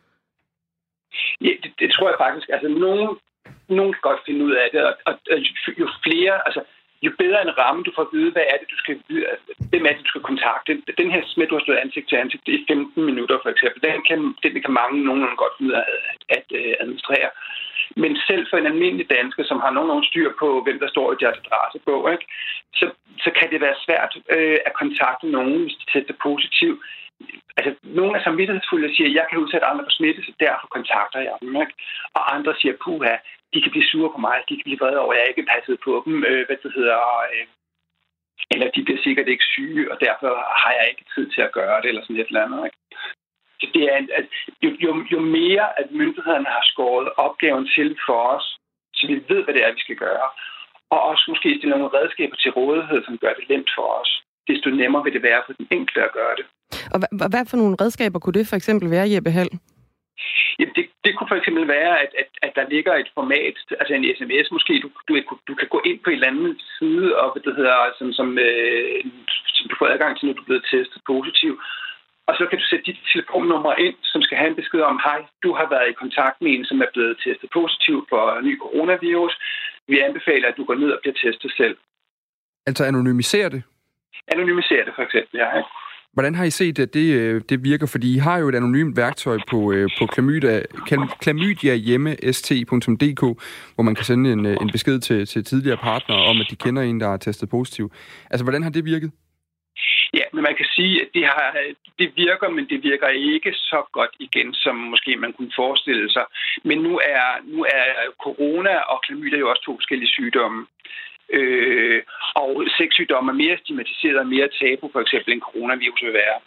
Ja, det, det tror jeg faktisk. Altså, nogen, nogen kan godt finde ud af det, og, og, og jo flere, altså, jo bedre en ramme, du får at vide, hvad er det, du skal vide, hvem er det, du skal kontakte. Den her smitte, du har stået ansigt til ansigt i femten minutter, for eksempel, den kan, den kan mange nogenlunde godt vide at, at, at administrere. Men selv for en almindelig dansker, som har nogenlunde styr på, hvem der står i deres adressebog, ikke, så, så kan det være svært øh, at kontakte nogen, hvis de tester positivt. Altså, nogle er samvittighedsfulde og siger, at jeg kan udsætte andre for smitte, så derfor kontakter jeg dem. Ikke? Og andre siger, puha, de kan blive sure på mig, de kan blive vrede over, at jeg ikke passet på dem, øh, hvad det hedder, øh, eller de bliver sikkert ikke syge, og derfor har jeg ikke tid til at gøre det, eller sådan et eller andet. Ikke? Så det er, altså, jo, jo, jo mere, at myndighederne har skåret opgaven til for os, så vi ved, hvad det er, vi skal gøre, og også måske stille nogle redskaber til rådighed, som gør det nemt for os, desto nemmere vil det være for den enkelte at gøre det. Og hvad, hvad for nogle redskaber kunne det for eksempel være, Jeppe Hald? Jamen, det, det kunne for eksempel være, at, at, at der ligger et format, altså en sms måske, du, du, du kan gå ind på en eller anden side, og hvad det hedder, som, som, øh, som du får adgang til, når du er blevet testet positiv. Og så kan du sætte dit telefonnummer ind, som skal have en besked om, hej, du har været i kontakt med en, som er blevet testet positiv for ny coronavirus. Vi anbefaler, at du går ned og bliver testet selv. Altså anonymisere det? Anonymisere det, for eksempel, ja. Hvordan har I set, at det, det virker? Fordi I har jo et anonymt værktøj på, på klamydia, klamydiahjemme punktum s t punktum d k, hvor man kan sende en, en besked til, til tidligere partnere om, at de kender en, der er testet positiv. Altså, hvordan har det virket? Ja, men man kan sige, at det, har, det virker, men det virker ikke så godt igen, som måske man kunne forestille sig. Men nu er, nu er corona og klamydia jo også to forskellige sygdomme. Øh, og sexsygdomme er mere stigmatiseret og mere tabu, for eksempel, end coronavirus vil være.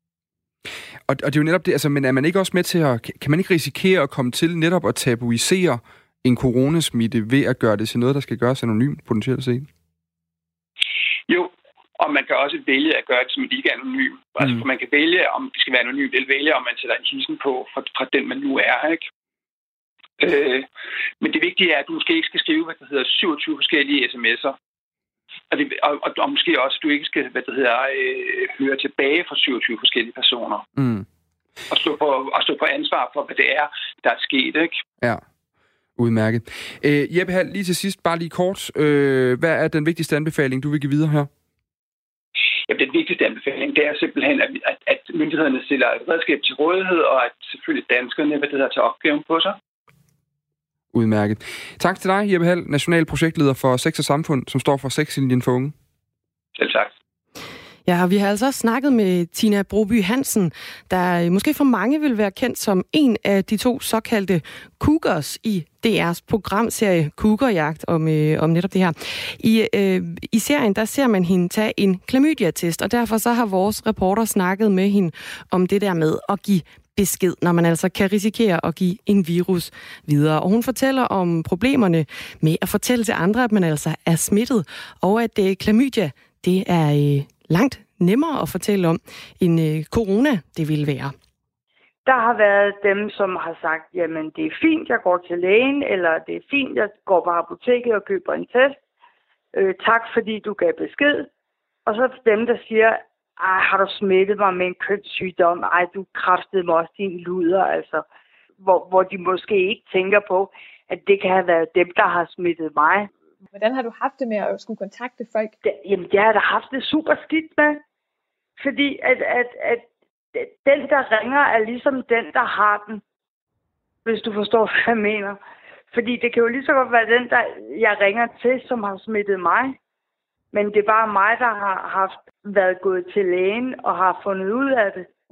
Og, og det er jo netop det, altså, men er man ikke også med til at, kan man ikke risikere at komme til netop at tabuisere en coronasmitte ved at gøre det til noget, der skal gøres anonymt, potentielt set? Jo, og man kan også vælge at gøre det som ikke anonym. Mm. Altså, for man kan vælge, om det skal være anonymt, eller vælge, om man sætter en hilsen på fra, fra den, man nu er, ikke? Øh, men det vigtige er, at du måske ikke skal skrive, hvad der hedder, syvogtyve forskellige sms'er. Og, det, og, og, og måske også, at du ikke skal, hvad der hedder, øh, høre tilbage fra syvogtyve forskellige personer. Mm. Og, stå på, og stå på ansvar for, hvad det er, der er sket, ikke? Ja, udmærket. Øh, Jeppe Hald, lige til sidst, bare lige kort. Øh, hvad er den vigtigste anbefaling, du vil give videre her? Jamen, den vigtigste anbefaling, det er simpelthen, at, at, at myndighederne stiller et redskab til rådighed, og at selvfølgelig danskerne, hvad det hedder, tager opgaven på sig. Udmærket. Tak til dig, Jeppe Hald, national projektleder for Sex og Samfund, som står for Sexlinjen for Unge. Selv tak. Ja, vi har altså også snakket med Tina Broby Hansen, der måske for mange vil være kendt som en af de to såkaldte cougars i D R's programserie Cougarjagt om, øh, om netop det her. I, øh, I serien, der ser man hende tage en klamydia-test, og derfor så har vores reporter snakket med hende om det der med at give besked, når man altså kan risikere at give en virus videre. Og hun fortæller om problemerne med at fortælle til andre, at man altså er smittet, og at øh, klamydia, det er øh, langt nemmere at fortælle om, end øh, corona det ville være. Der har været dem, som har sagt, jamen det er fint, jeg går til lægen, eller det er fint, jeg går på apoteket og køber en test. Øh, tak, fordi du gav besked. Og så dem, der siger, ej, har du smittet mig med en kønssygdom? Ej, du kræftede mig også din luder, altså. Hvor, hvor de måske ikke tænker på, at det kan have været dem, der har smittet mig. Hvordan har du haft det med at skulle kontakte folk? Det, jamen, jeg har da haft det super skidt med. Fordi at, at, at den, der ringer, er ligesom den, der har den. Hvis du forstår, hvad jeg mener. Fordi det kan jo lige så godt være den, der jeg ringer til, som har smittet mig. Men det er bare mig, der har haft været gået til lægen og har fundet ud af det.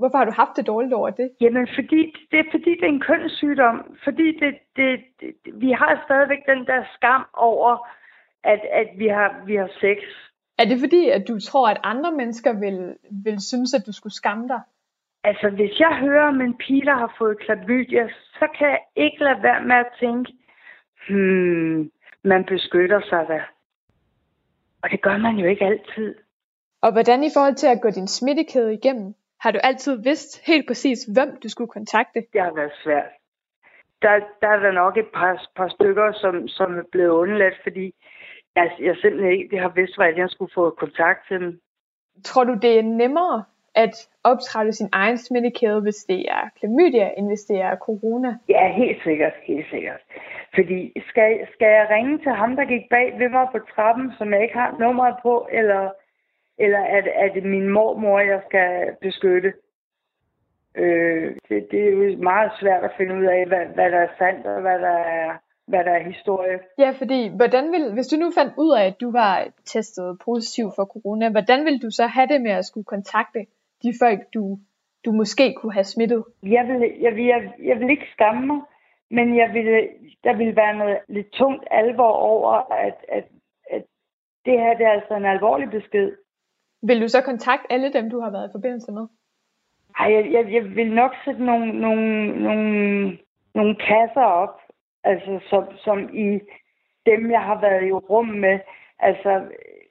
Hvorfor har du haft det dårligt over det? Jamen, fordi det er fordi, det er en kønssygdom. Fordi det, det, det, vi har stadigvæk den der skam over, at, at vi, har, vi har sex. Er det fordi, at du tror, at andre mennesker vil, vil synes, at du skulle skamme dig? Altså, hvis jeg hører om en pige, der har fået klamydia, så kan jeg ikke lade være med at tænke, hmm, man beskytter sig da. Og det gør man jo ikke altid. Og hvordan i forhold til at gå din smittekæde igennem? Har du altid vidst helt præcis, hvem du skulle kontakte? Det har været svært. Der, der er der nok et par, par stykker, som, som er blevet undladt, fordi jeg, jeg simpelthen ikke har vidst, hvordan jeg skulle få kontakt til dem. Tror du, det er nemmere at optrævle sin egen smittekæde, hvis det er klamydia, end hvis det er corona? Ja, helt sikkert, helt sikkert. Fordi skal, skal jeg ringe til ham, der gik bag ved mig på trappen, som jeg ikke har nummeret på, eller... Eller er det, er det min mormor, jeg skal beskytte? Øh, det, det er jo meget svært at finde ud af, hvad, hvad der er sandt og hvad der er, hvad der er historie. Ja, fordi hvordan vil, hvis du nu fandt ud af, at du var testet positiv for corona, hvordan vil du så have det med at skulle kontakte de folk, du, du måske kunne have smittet? Jeg vil, jeg, vil, jeg, jeg vil ikke skamme mig, men jeg vil, der vil være noget lidt tungt alvor over, at, at, at det her det er altså en alvorlig besked. Vil du så kontakte alle dem, du har været i forbindelse med? Ej, jeg, jeg, jeg vil nok sætte nogle, nogle, nogle, nogle kasser op, altså som, som i dem, jeg har været i rum med. Altså,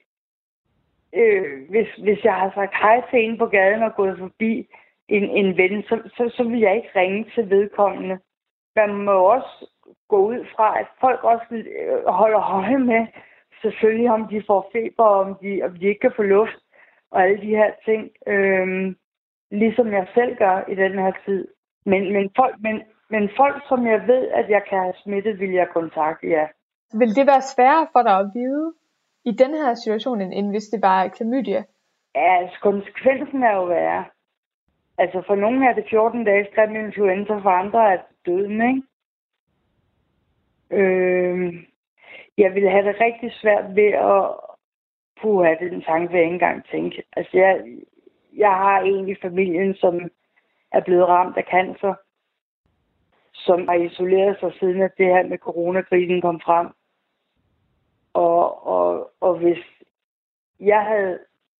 øh, hvis, hvis jeg har sagt hej til en på gaden og gået forbi en, en ven, så, så, så vil jeg ikke ringe til vedkommende. Man må også gå ud fra, at folk også holder øje med, selvfølgelig om de får feber, om de, om de ikke kan få luft. Og alle de her ting, øhm, ligesom jeg selv gør i den her tid. Men, men, folk, men, men folk, som jeg ved, at jeg kan have smittet, vil jeg kontakte, ja. Vil det være sværere for dig at vide i den her situation, end hvis det var klamydia? Ja, altså konsekvensen er jo værre. Altså for nogle er det fjorten dages grim influenza, for andre er det døden, ikke? Øhm, jeg ville have det rigtig svært ved at... Puh, den tanke vil jeg ikke engang tænke. Altså, jeg, jeg har en i familien, som er blevet ramt af cancer, som har isoleret sig siden, at det her med coronakrisen kom frem. Og, og, og hvis jeg havde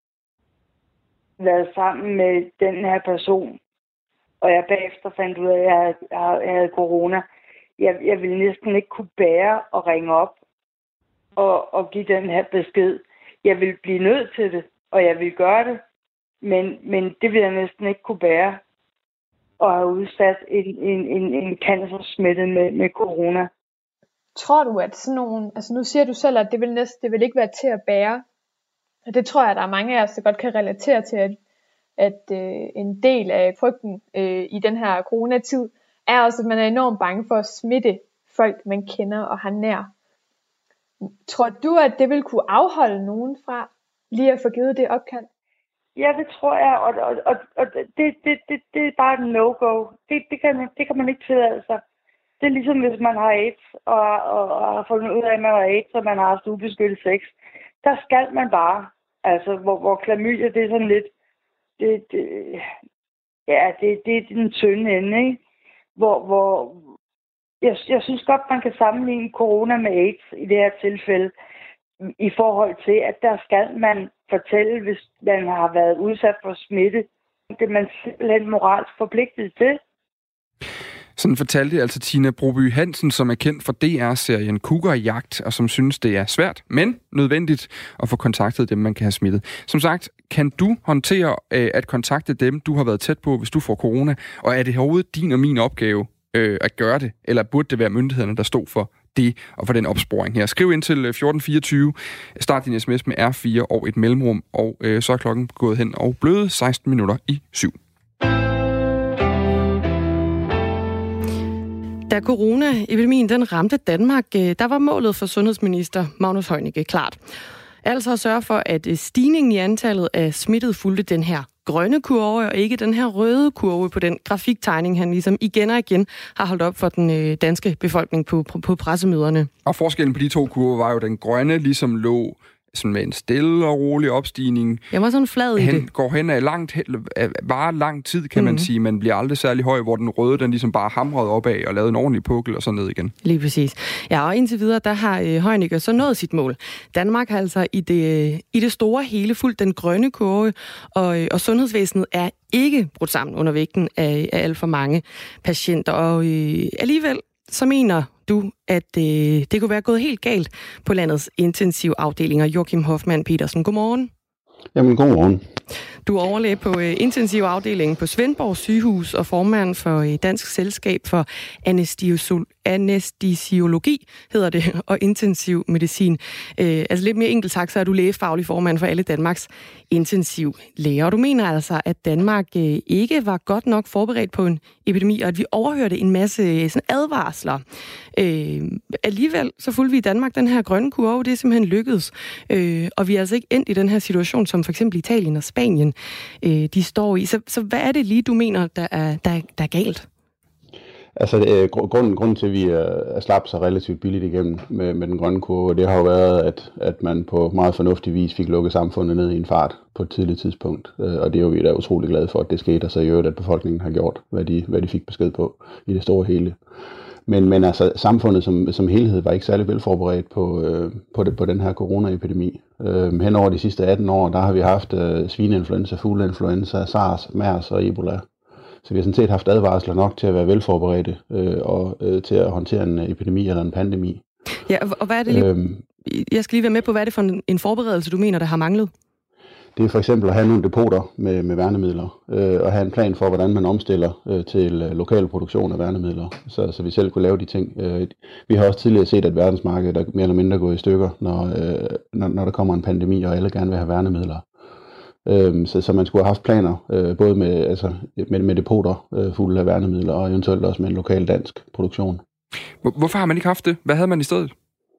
været sammen med den her person, og jeg bagefter fandt ud af, at jeg havde, jeg havde corona, jeg, jeg ville næsten ikke kunne bære at ringe op og, og give den her besked. Jeg vil blive nødt til det, og jeg vil gøre det, men, men det vil jeg næsten ikke kunne bære at have udsat en, en, en, en cancersmitte med, med corona. Tror du, at sådan nogle, altså nu siger du selv, at det vil næsten, det vil ikke være til at bære, og det tror jeg, at der er mange af os, der godt kan relatere til, at, at øh, en del af frygten øh, i den her coronatid, er også, at man er enormt bange for at smitte folk, man kender og har nær. Tror du, at det vil kunne afholde nogen fra lige at få givet det opkald? Ja, det tror jeg, og, og, og, og det, det, det, det er bare et no-go. Det, det, kan, det kan man ikke tillade sig. Det er ligesom, hvis man har AIDS, og, og, og har fundet ud af, at man har AIDS, og man har haft ubeskyttet sex. Der skal man bare. Altså, hvor, hvor klamydia, det er sådan lidt... Det, det, ja, det, det er den tynde ende, ikke? Hvor... hvor Jeg, jeg synes godt, man kan sammenligne corona med AIDS i det her tilfælde, i forhold til, at der skal man fortælle, hvis man har været udsat for smitte. Det er man simpelthen moralsk forpligtet til. Sådan fortalte altså Tina Broby Hansen, som er kendt for D R-serien Cougarjagt, og som synes, det er svært, men nødvendigt at få kontaktet dem, man kan have smittet. Som sagt, kan du håndtere at kontakte dem, du har været tæt på, hvis du får corona, og er det overhovedet din og min opgave øh, at gøre det, eller burde det være myndighederne, der stod for det og for den opsporing her? Skriv ind til fjorten fireogtyve, start din sms med R fire og et mellemrum, og øh, så er klokken gået hen og blevet seksten minutter i syv. Da coronaepidemien den ramte Danmark, der var målet for sundhedsminister Magnus Heunicke klart. Altså at sørge for, at stigningen i antallet af smittede fulgte den her grønne kurve, og ikke den her røde kurve på den grafiktegning, han ligesom igen og igen har holdt op for den danske befolkning på, på, på pressemøderne. Og forskellen på de to kurver var jo, den grønne ligesom lå sådan med en stille og rolig opstigning. Jeg var sådan flad i hen, det. Går hen af langt, bare lang tid, kan mm. man sige, men bliver aldrig særlig høj, hvor den røde, den ligesom bare hamrede opad og lavede en ordentlig pukkel og så ned igen. Lige præcis. Ja, og indtil videre, der har øh, Heunicke så nået sit mål. Danmark har altså i det, i det store hele fulgt den grønne kurve, og, og sundhedsvæsenet er ikke brudt sammen under vægten af, af alt for mange patienter. Og øh, alligevel så mener du, at øh, det kunne være gået helt galt på landets intensivafdelinger. Joachim Hoffmann Petersen, godmorgen. Jamen, godmorgen. Du er overlæge på øh, intensivafdelingen på Svendborg Sygehus og formand for øh, Dansk Selskab for Anæstesiologi, hedder det, og intensiv medicin. Øh, altså lidt mere enkelt sagt, så er du lægefaglig formand for alle Danmarks intensivlæger. Og du mener altså, at Danmark øh, ikke var godt nok forberedt på en epidemi, og at vi overhørte en masse øh, sådan advarsler. Øh, alligevel så fulgte vi i Danmark den her grønne kurve, det er simpelthen lykkedes. Øh, og vi er altså ikke endt i den her situation, som for eksempel Italien og Spanien, øh, de står i. Så, så hvad er det lige, du mener, der er, der, der er galt? Altså, øh, grunden, grunden til, at vi er slap så relativt billigt igennem med, med den grønne kurve, det har jo været, at, at man på meget fornuftig vis fik lukket samfundet ned i en fart på et tidligt tidspunkt. Øh, og det er jo vi da utrolig glade for, at det skete, og så i øvrigt, at befolkningen har gjort, hvad de, hvad de fik besked på i det store hele. Men, men altså, samfundet som, som helhed var ikke særlig velforberedt på, øh, på, det, på den her coronaepidemi. Øh, hen over de sidste atten år, der har vi haft øh, svineinfluenza, fugleinfluenza, SARS, MERS og Ebola. Så vi har sådan set haft advarsler nok til at være velforberedte øh, og øh, til at håndtere en epidemi eller en pandemi. Ja, og hvad er det lige? Øhm, jeg skal lige være med på, hvad er det for en, en forberedelse, du mener, der har manglet? Det er for eksempel at have nogle depoter med, med værnemidler, øh, og have en plan for, hvordan man omstiller øh, til øh, lokal produktion af værnemidler, så, så vi selv kunne lave de ting. Øh, vi har også tidligere set, at verdensmarkedet er mere eller mindre gået i stykker, når, øh, når, når der kommer en pandemi, og alle gerne vil have værnemidler. Øh, så, så man skulle have haft planer, øh, både med, altså, med, med depoter øh, fulde af værnemidler, og eventuelt også med en lokal dansk produktion. Hvorfor har man ikke haft det? Hvad havde man i stedet?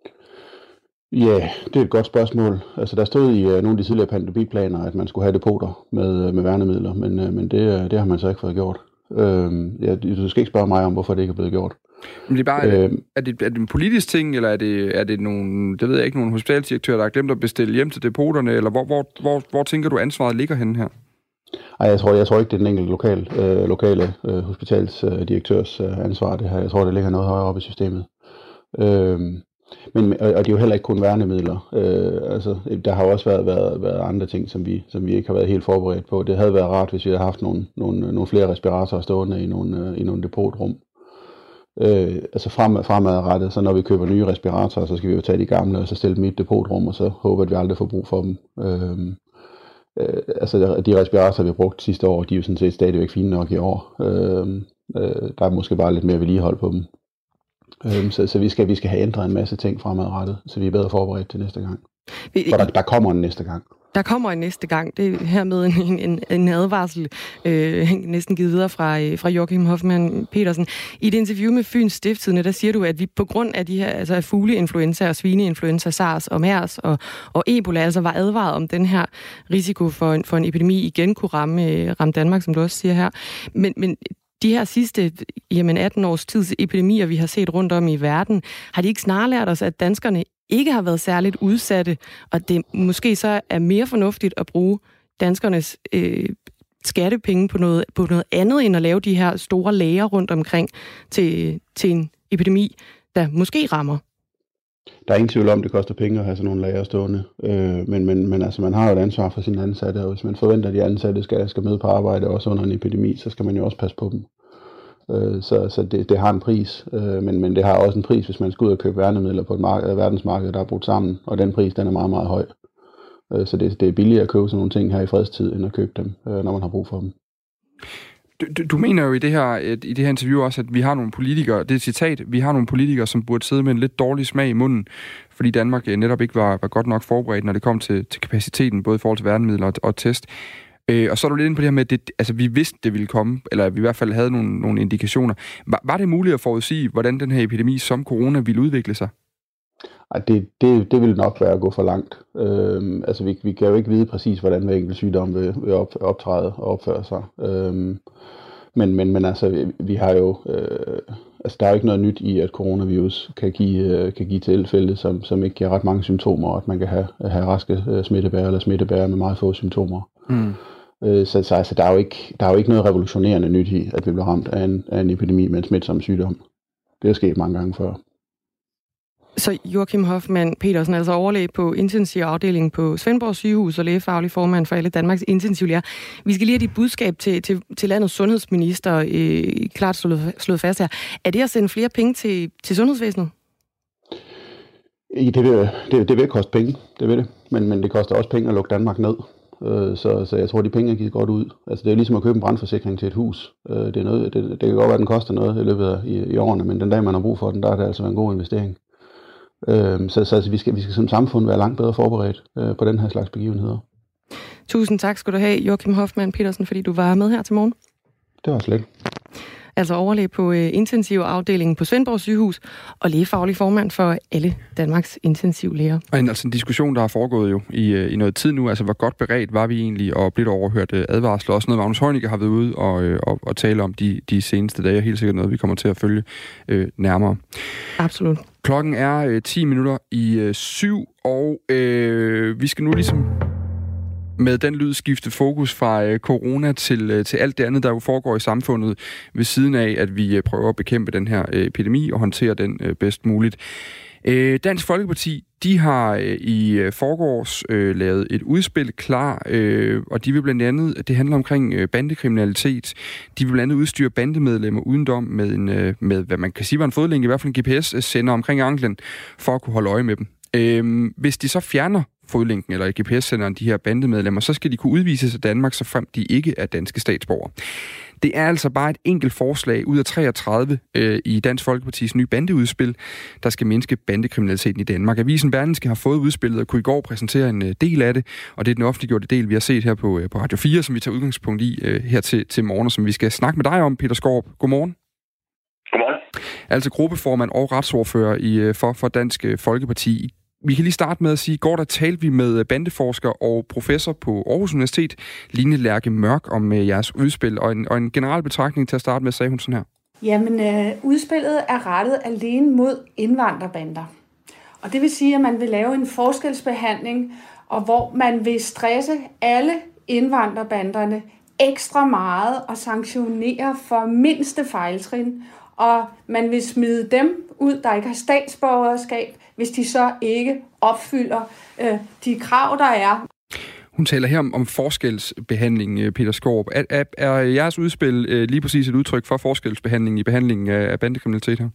Ja, yeah, det er et godt spørgsmål. Altså, der stod i uh, nogle af de tidligere pandemiplaner, at man skulle have depoter med, med værnemidler, men, uh, men det, det har man så ikke fået gjort. Uh, ja, du skal ikke spørge mig om, hvorfor det ikke er blevet gjort. Men det er, bare, uh, er, det, er det en politisk ting, eller er det, er det nogle, det ved jeg ikke, nogle hospitalsdirektører, der har glemt at bestille hjem til depoterne, eller hvor, hvor, hvor, hvor tænker du, ansvaret ligger henne her? Ej, jeg tror, jeg tror ikke, det er den enkelte lokal, øh, lokale øh, hospitalsdirektørs øh, ansvar, det her. Jeg tror, det ligger noget højere oppe i systemet. Øh, Men, og det er jo heller ikke kun værnemidler. Øh, altså, der har også været, været, været andre ting, som vi, som vi ikke har været helt forberedt på. Det havde været rart, hvis vi havde haft nogle, nogle, nogle flere respiratorer stående i nogle, i nogle depotrum. Øh, altså frem, fremadrettet, så når vi køber nye respiratorer, så skal vi jo tage de gamle og så stille dem i et depotrum, og så håber at vi aldrig får brug for dem. Øh, øh, altså de respiratorer, vi har brugt sidste år, de er jo sådan set stadigvæk fine nok i år. Øh, øh, der er måske bare lidt mere vedligehold på dem. Så, så vi, skal, vi skal have ændret en masse ting fremadrettet, så vi er bedre forberedt til næste gang. For der, der kommer en næste gang. Der kommer en næste gang. Det er hermed en, en, en advarsel, øh, næsten givet videre fra, fra Joachim Hoffmann Petersen. I et interview med Fyns Stiftstidende, der siger du, at vi på grund af de her altså fugleinfluenza og svineinfluenza, SARS og MERS og, og Ebola, altså var advaret om den her risiko for en, for en epidemi igen kunne ramme, ramme Danmark, som du også siger her. Men, men de her sidste jamen atten års tids epidemier, vi har set rundt om i verden, har de ikke snarere lært os, at danskerne ikke har været særligt udsatte, og det måske så er mere fornuftigt at bruge danskernes øh, skattepenge på noget, på noget andet, end at lave de her store lager rundt omkring til, til en epidemi, der måske rammer? Der er ingen tvivl om, at det koster penge at have sådan nogle lager stående, øh, men, men, men altså, man har jo et ansvar for sine ansatte, og hvis man forventer, at de ansatte skal, skal med på arbejde også under en epidemi, så skal man jo også passe på dem. Øh, så så det, det har en pris, øh, men, men det har også en pris, hvis man skal ud og købe værnemidler på et marked, verdensmarked, der er brudt sammen, og den pris, den er meget, meget høj. Øh, så det, det er billigere at købe sådan nogle ting her i fredstid, end at købe dem, øh, når man har brug for dem. Du, du mener jo i det her i det her interview også, at vi har nogle politikere, det er et citat, vi har nogle politikere, som burde sidde med en lidt dårlig smag i munden, fordi Danmark netop ikke var, var godt nok forberedt, når det kom til, til kapaciteten, både i forhold til værnemidler og, og test. Øh, og så er du lidt inde på det her med, at det, altså, vi vidste, det ville komme, eller vi i hvert fald havde nogle, nogle indikationer. Var, var det muligt at forudsige, hvordan den her epidemi som corona ville udvikle sig? Ej, det, det, det ville nok være at gå for langt. Øhm, altså, vi, vi kan jo ikke vide præcis, hvordan hver enkelt sygdom vil, vil op, optræde og opføre sig. Øhm, men, men, men altså, vi, vi har jo, øh, Altså, der er jo ikke noget nyt i, at coronavirus kan give, kan give tilfælde, som, som ikke giver ret mange symptomer, og at man kan have, have raske smittebærere eller smittebærere med meget få symptomer. Mm. Så, så altså, der, er jo ikke, der er jo ikke noget revolutionerende nyt i, at vi bliver ramt af en, af en epidemi med en smitsom sygdom. Det er sket mange gange før. Så Joachim Hoffmann Petersen, altså overlæge på intensivafdelingen på Svendborg Sygehus og lægefaglig formand for alle Danmarks intensivlæger. Vi skal lige have dit budskab til, til, til landets sundhedsminister øh, klart slået, slået fast her. Er det at sende flere penge til, til sundhedsvæsenet? Det vil, det, det vil koste penge, det vil det. Men, men det koster også penge at lukke Danmark ned. Så, så jeg tror, de penge er givet godt ud. Altså, det er jo ligesom at købe en brandforsikring til et hus. Det, er noget, det, det kan godt være, at den koster noget i løbet af i, i årene, men den dag, man har brug for den, der er det altså en god investering. Så, så altså, vi, skal, vi skal som samfund være langt bedre forberedt på den her slags begivenheder. Tusind tak skal du have, Joachim Hoffmann Petersen, fordi du var med her til morgen. Det var slet. Altså overlæge på uh, intensivafdelingen på Svendborg Sygehus og lægefaglig formand for alle Danmarks intensivlæger. Og en, altså en diskussion, der har foregået jo i, uh, i noget tid nu, altså hvor godt beredt var vi egentlig, og blev der overhørt uh, advarsler. Også noget, Magnus Heunicke har været ude og, uh, og, og tale om de, de seneste dage, og helt sikkert noget, vi kommer til at følge uh, nærmere. Absolut. Klokken er uh, ti minutter i uh, syv, og uh, vi skal nu ligesom med den lyd skifte fokus fra øh, corona til, øh, til alt det andet, der jo foregår i samfundet, ved siden af, at vi øh, prøver at bekæmpe den her øh, epidemi og håndtere den øh, bedst muligt. Øh, Dansk Folkeparti, de har øh, i øh, forgårs øh, lavet et udspil klar, øh, og de vil blandt andet, det handler omkring øh, bandekriminalitet, de vil blandt andet udstyre bandemedlemmer uden dom med, en, øh, med, hvad man kan sige var en fodlænke, i hvert fald en G P S-sender omkring anklen, for at kunne holde øje med dem. Øh, hvis de så fjerner fodlænken eller G P S-senderen, de her bandemedlemmer, så skal de kunne udvises af Danmark, så frem de ikke er danske statsborgere. Det er altså bare et enkelt forslag ud af treogtredive øh, i Dansk Folkepartis nye bandeudspil, der skal mindske bandekriminaliteten i Danmark. Avisen Berlingske har fået udspillet og kunne i går præsentere en øh, del af det, og det er den offentliggjorte del, vi har set her på, øh, på Radio fire, som vi tager udgangspunkt i øh, her til, til morgen, som vi skal snakke med dig om, Peter Skaarup. Godmorgen. Godmorgen. Altså gruppeformand og retsordfører i, øh, for, for Dansk Folkeparti. Vi kan lige starte med at sige, går der talte vi med bandeforsker og professor på Aarhus Universitet, Line Lærke Mørk, om uh, jeres udspil, og en, og en generel betragtning til at starte med, sagde hun sådan her. Jamen, øh, udspillet er rettet alene mod indvandrerbander. Og det vil sige, at man vil lave en forskelsbehandling, og hvor man vil stresse alle indvandrerbanderne ekstra meget og sanktionere for mindste fejltrin. Og man vil smide dem ud, der ikke har statsborgerskab, hvis de så ikke opfylder øh, de krav, der er. Hun taler her om, om forskelsbehandling, Peter Skaarup. Er, er, er jeres udspil øh, lige præcis et udtryk for forskelsbehandling i behandlingen af, af bandekriminalitet her?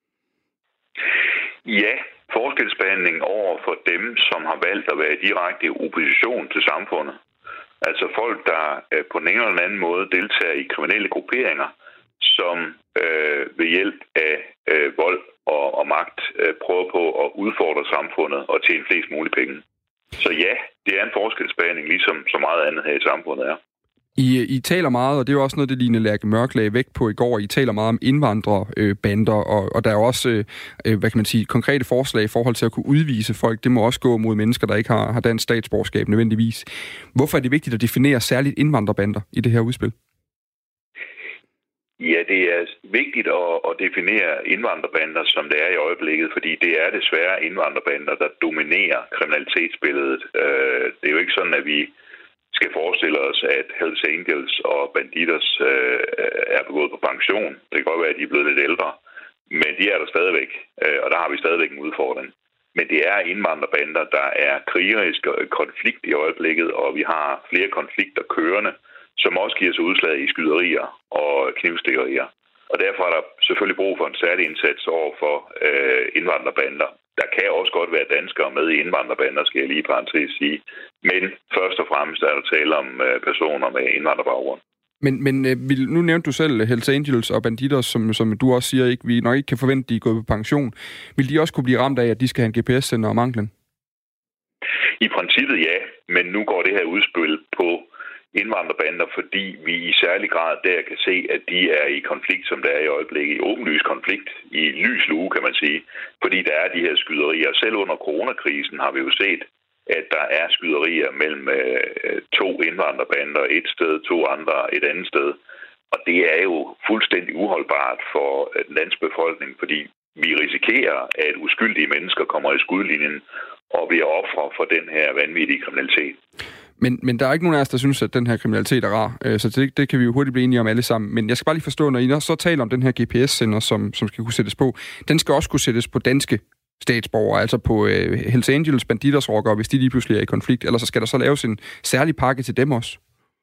Ja, forskelsbehandling over for dem, som har valgt at være direkte i opposition til samfundet. Altså folk, der øh, på den ene eller anden måde deltager i kriminelle grupperinger, som øh, ved hjælp af øh, vold og, og magt øh, prøver på at udfordre samfundet og tjene flest mulige penge. Så ja, det er en forskelsbehandling, ligesom så meget andet her i samfundet er. I, I taler meget, og det er jo også noget, det Line Lærke Mørk lagde vægt på i går. I taler meget om indvandrerbander, øh, og, og der er også øh, hvad kan man sige, konkrete forslag i forhold til at kunne udvise folk. Det må også gå mod mennesker, der ikke har, har dansk statsborgerskab nødvendigvis. Hvorfor er det vigtigt at definere særligt indvandrerbander i det her udspil? Ja, det er vigtigt at, at definere indvandrerbander, som det er i øjeblikket, fordi det er desværre indvandrerbander, der dominerer kriminalitetsbilledet. Det er jo ikke sådan, at vi skal forestille os, at Hells Angels og Bandidos er begået på pension. Det kan godt være, at de er blevet lidt ældre, men de er der stadigvæk, og der har vi stadigvæk en udfordring. Men det er indvandrerbander, der er krigerisk konflikt i øjeblikket, og vi har flere konflikter kørende, som også giver sig udslag i skyderier og knivstikkerier. Og derfor er der selvfølgelig brug for en særlig indsats over for øh, indvandrerbander. Der kan også godt være danskere med i indvandrerbander, skal jeg lige i parentes sige. Men først og fremmest er der tale om øh, personer med indvandrerbaggrund. Men, men vil, nu nævnte du selv Hells Angels og Bandidos, som, som du også siger, ikke, vi nok ikke kan forvente, at de er gået på pension. Vil de også kunne blive ramt af, at de skal have en G P S-sender om anklen? I princippet ja, men nu går det her udspil på indvandrerbander, fordi vi i særlig grad der kan se, at de er i konflikt, som der er i øjeblikket, i åbenlys konflikt, i lys lue, kan man sige, fordi der er de her skyderier. Selv under coronakrisen har vi jo set, at der er skyderier mellem øh, to indvandrerbander, et sted, to andre, et andet sted. Og det er jo fuldstændig uholdbart for den danske befolkning, fordi vi risikerer, at uskyldige mennesker kommer i skudlinjen og bliver ofre for den her vanvittige kriminalitet. Men, men der er ikke nogen af os, der synes, at den her kriminalitet er rar. Så det, det kan vi jo hurtigt blive enige om alle sammen. Men jeg skal bare lige forstå, når I så taler om den her G P S-sender, som, som skal kunne sættes på, den skal også kunne sættes på danske statsborgere, altså på uh, Hells Angels, banditers rockere, hvis de lige pludselig er i konflikt. Eller så skal der så laves en særlig pakke til dem også?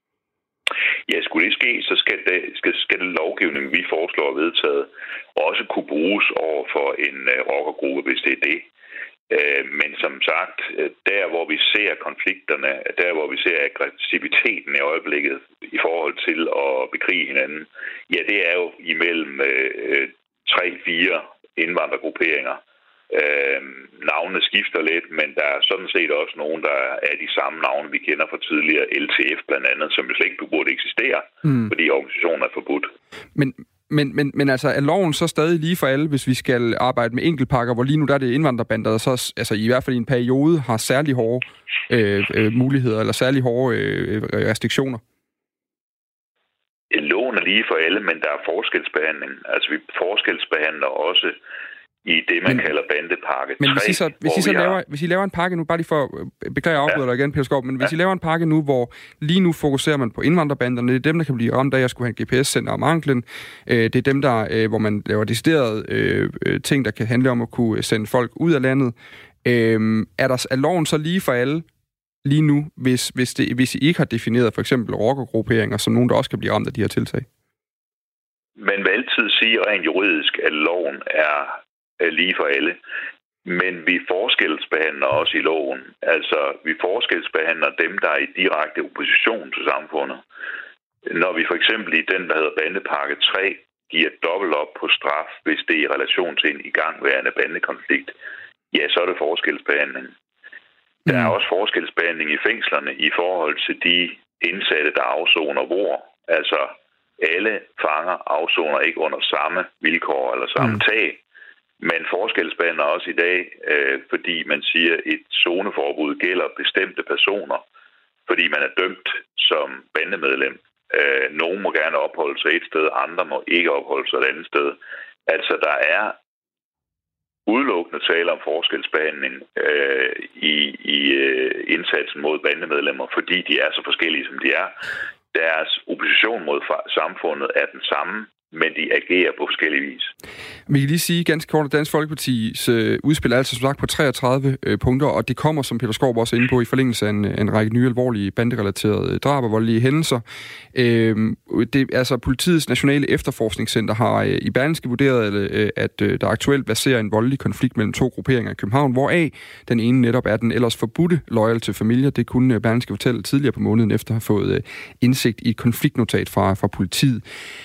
Ja, skulle det ske, så skal, det, skal, skal den lovgivning, vi foreslår vedtaget, også kunne bruges over for en uh, rockergruppe, hvis det er det. Uh, men som sagt, der hvor vi ser konflikterne, der hvor vi ser aggressiviteten i øjeblikket i forhold til at bekrige hinanden, ja, det er jo imellem uh, tre, fire indvandrergrupperinger. Uh, navnene skifter lidt, men der er sådan set også nogen, der er de samme navne, vi kender fra tidligere, L T F blandt andet, som slet ikke burde eksistere, mm. fordi organisationen er forbudt. Men, men, men, men altså, er loven så stadig lige for alle, hvis vi skal arbejde med enkeltpakker, hvor lige nu der er det indvandrerbander, der så altså, i hvert fald i en periode har særlig hårde øh, øh, muligheder, eller særlig hårde øh, restriktioner? Loven er lige for alle, men der er forskelsbehandling. Altså, vi forskelsbehandler også i det, man men, kalder bandepakke tre. Men hvis I så, hvis I så laver, har... hvis I laver en pakke nu, bare lige for, beklager jeg afbryder ja. dig igen, Peter Skov, men hvis ja. I laver en pakke nu, hvor lige nu fokuserer man på indvandrerbanderne, det er dem, der kan blive ramt af at skulle have en G P S-sender om anklen, øh, det er dem, der, øh, hvor man laver deciderede øh, ting, der kan handle om at kunne sende folk ud af landet. Øh, er, der, er loven så lige for alle lige nu, hvis, hvis, det, hvis I ikke har defineret for eksempel rockergrupperinger, som nogen, der også kan blive ramt af de her tiltag? Man vil altid sige rent juridisk, at loven er lige for alle. Men vi forskelsbehandler også i loven. Altså, vi forskelsbehandler dem, der er i direkte opposition til samfundet. Når vi for eksempel i den, der hedder bandepakke tre, giver dobbelt op på straf, hvis det er i relation til en igangværende bandekonflikt, ja, så er det forskelsbehandling. Der er også forskelsbehandling i fængslerne i forhold til de indsatte, der afsoner hvor. Altså, alle fanger afsoner ikke under samme vilkår eller samme mm. tag. Men forskelsbehandler også i dag, øh, fordi man siger, at et zoneforbud gælder bestemte personer, fordi man er dømt som bandemedlem. Øh, nogle må gerne opholde sig et sted, andre må ikke opholde sig et andet sted. Altså, der er udelukkende tale om forskelsbehandling øh, i, i øh, indsatsen mod bandemedlemmer, fordi de er så forskellige, som de er. Deres opposition mod samfundet er den samme, men de agerer på forskellige vis. Vi kan lige sige ganske kort, at Dansk Folkepartis øh, udspil er altså som sagt på treogtredive øh, punkter, og det kommer, som Peter Skov også er inde på, i forlængelse af en, en række nye alvorlige banderelaterede drab og voldelige hændelser. Øh, det, altså, Politiets Nationale Efterforskningscenter har øh, i Berlingske vurderet, øh, at øh, der aktuelt baserer en voldelig konflikt mellem to grupperinger i København, hvoraf den ene netop er den ellers forbudte Loyal til Familia. Det kunne øh, Berlingske fortælle tidligere på måneden efter at have fået øh, indsigt i et konfliktnotat fra, fra politiet.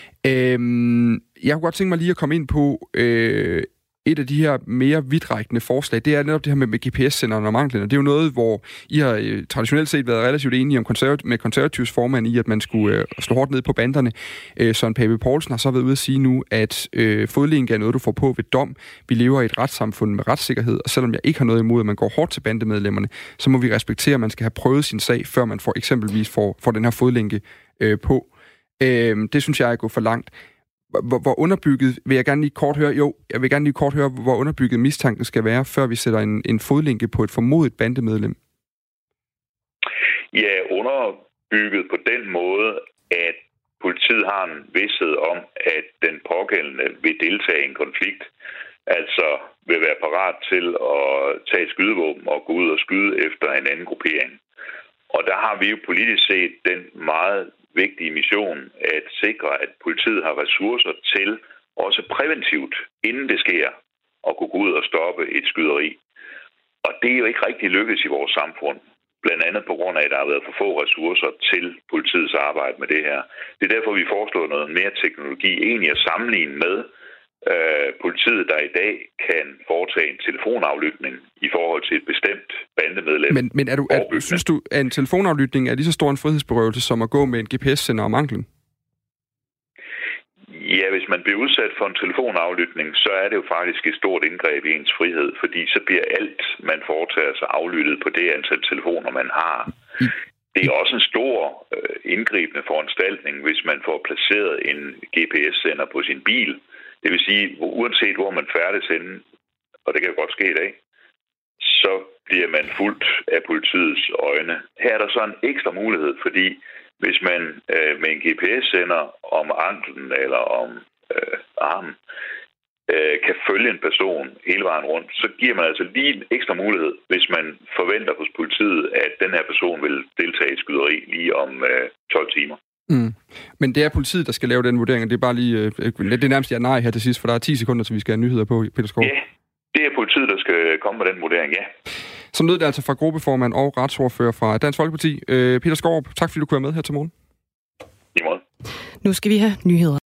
Øhm, jeg kunne godt tænke mig lige at komme ind på øh, et af de her mere vidtrækkende forslag. Det er netop det her med, med G P S-senderne og manglen. Det er jo noget, hvor I har øh, traditionelt set været relativt enige om konservat- med konservativs formand i, at man skulle øh, slå hårdt ned på banderne. Øh, Søren Pape Poulsen har så været ude at sige nu, at øh, fodlænke er noget, du får på ved dom. Vi lever i et retssamfund med retssikkerhed, og selvom jeg ikke har noget imod, at man går hårdt til bandemedlemmerne, så må vi respektere, at man skal have prøvet sin sag, før man får eksempelvis får, får den her fodlænke øh, på. Øh, det synes jeg er gået for langt. Hvor, hvor underbygget, vil jeg gerne lige kort høre, jo, jeg vil gerne lige kort høre, hvor underbygget mistanken skal være, før vi sætter en, en fodlænke på et formodet bandemedlem. Ja, underbygget på den måde, at politiet har en vidsthed om, at den pågældende vil deltage i en konflikt, altså vil være parat til at tage et skydevåben og gå ud og skyde efter en anden gruppering. Og der har vi jo politisk set den meget vigtige mission at sikre, at politiet har ressourcer til også præventivt, inden det sker, at kunne gå ud og stoppe et skyderi. Og det er jo ikke rigtig lykkedes i vores samfund. Blandt andet på grund af, at der har været for få ressourcer til politiets arbejde med det her. Det er derfor, vi foreslår noget mere teknologi, egentlig at sammenligne med øh, politiet, der i dag kan foretage en telefonaflytning i forhold til et bestemt bandemedlem. Men, men er du, er, synes du, at en telefonaflytning er lige så stor en frihedsberøvelse som at gå med en G P S-sender om anklen? Ja, hvis man bliver udsat for en telefonaflytning, så er det jo faktisk et stort indgreb i ens frihed, fordi så bliver alt, man foretager sig, aflyttet på det antal telefoner, man har. Det er også en stor øh, indgribende foranstaltning, hvis man får placeret en G P S-sender på sin bil. Det vil sige, uanset hvor man færdes henne, og det kan jo godt ske i dag, så bliver man fulgt af politiets øjne. Her er der så en ekstra mulighed, fordi hvis man øh, med en G P S-sender om anklen eller om øh, armen øh, kan følge en person hele vejen rundt, så giver man altså lige en ekstra mulighed, hvis man forventer hos politiet, at den her person vil deltage i skyderi lige om øh, tolv timer. Mm. Men det er politiet, der skal lave den vurdering, og det er bare lige, øh, det er nærmest ja nej her til sidst, for der er ti sekunder, så vi skal have nyheder på, Peter Skaarup. Ja, det er politiet, der skal komme med den vurdering, ja. Som lød det altså fra gruppeformand og retsordfører fra Dansk Folkeparti. Øh, Peter Skaarup, tak fordi du kunne være med her til morgen. I måde. Nu skal vi have nyheder.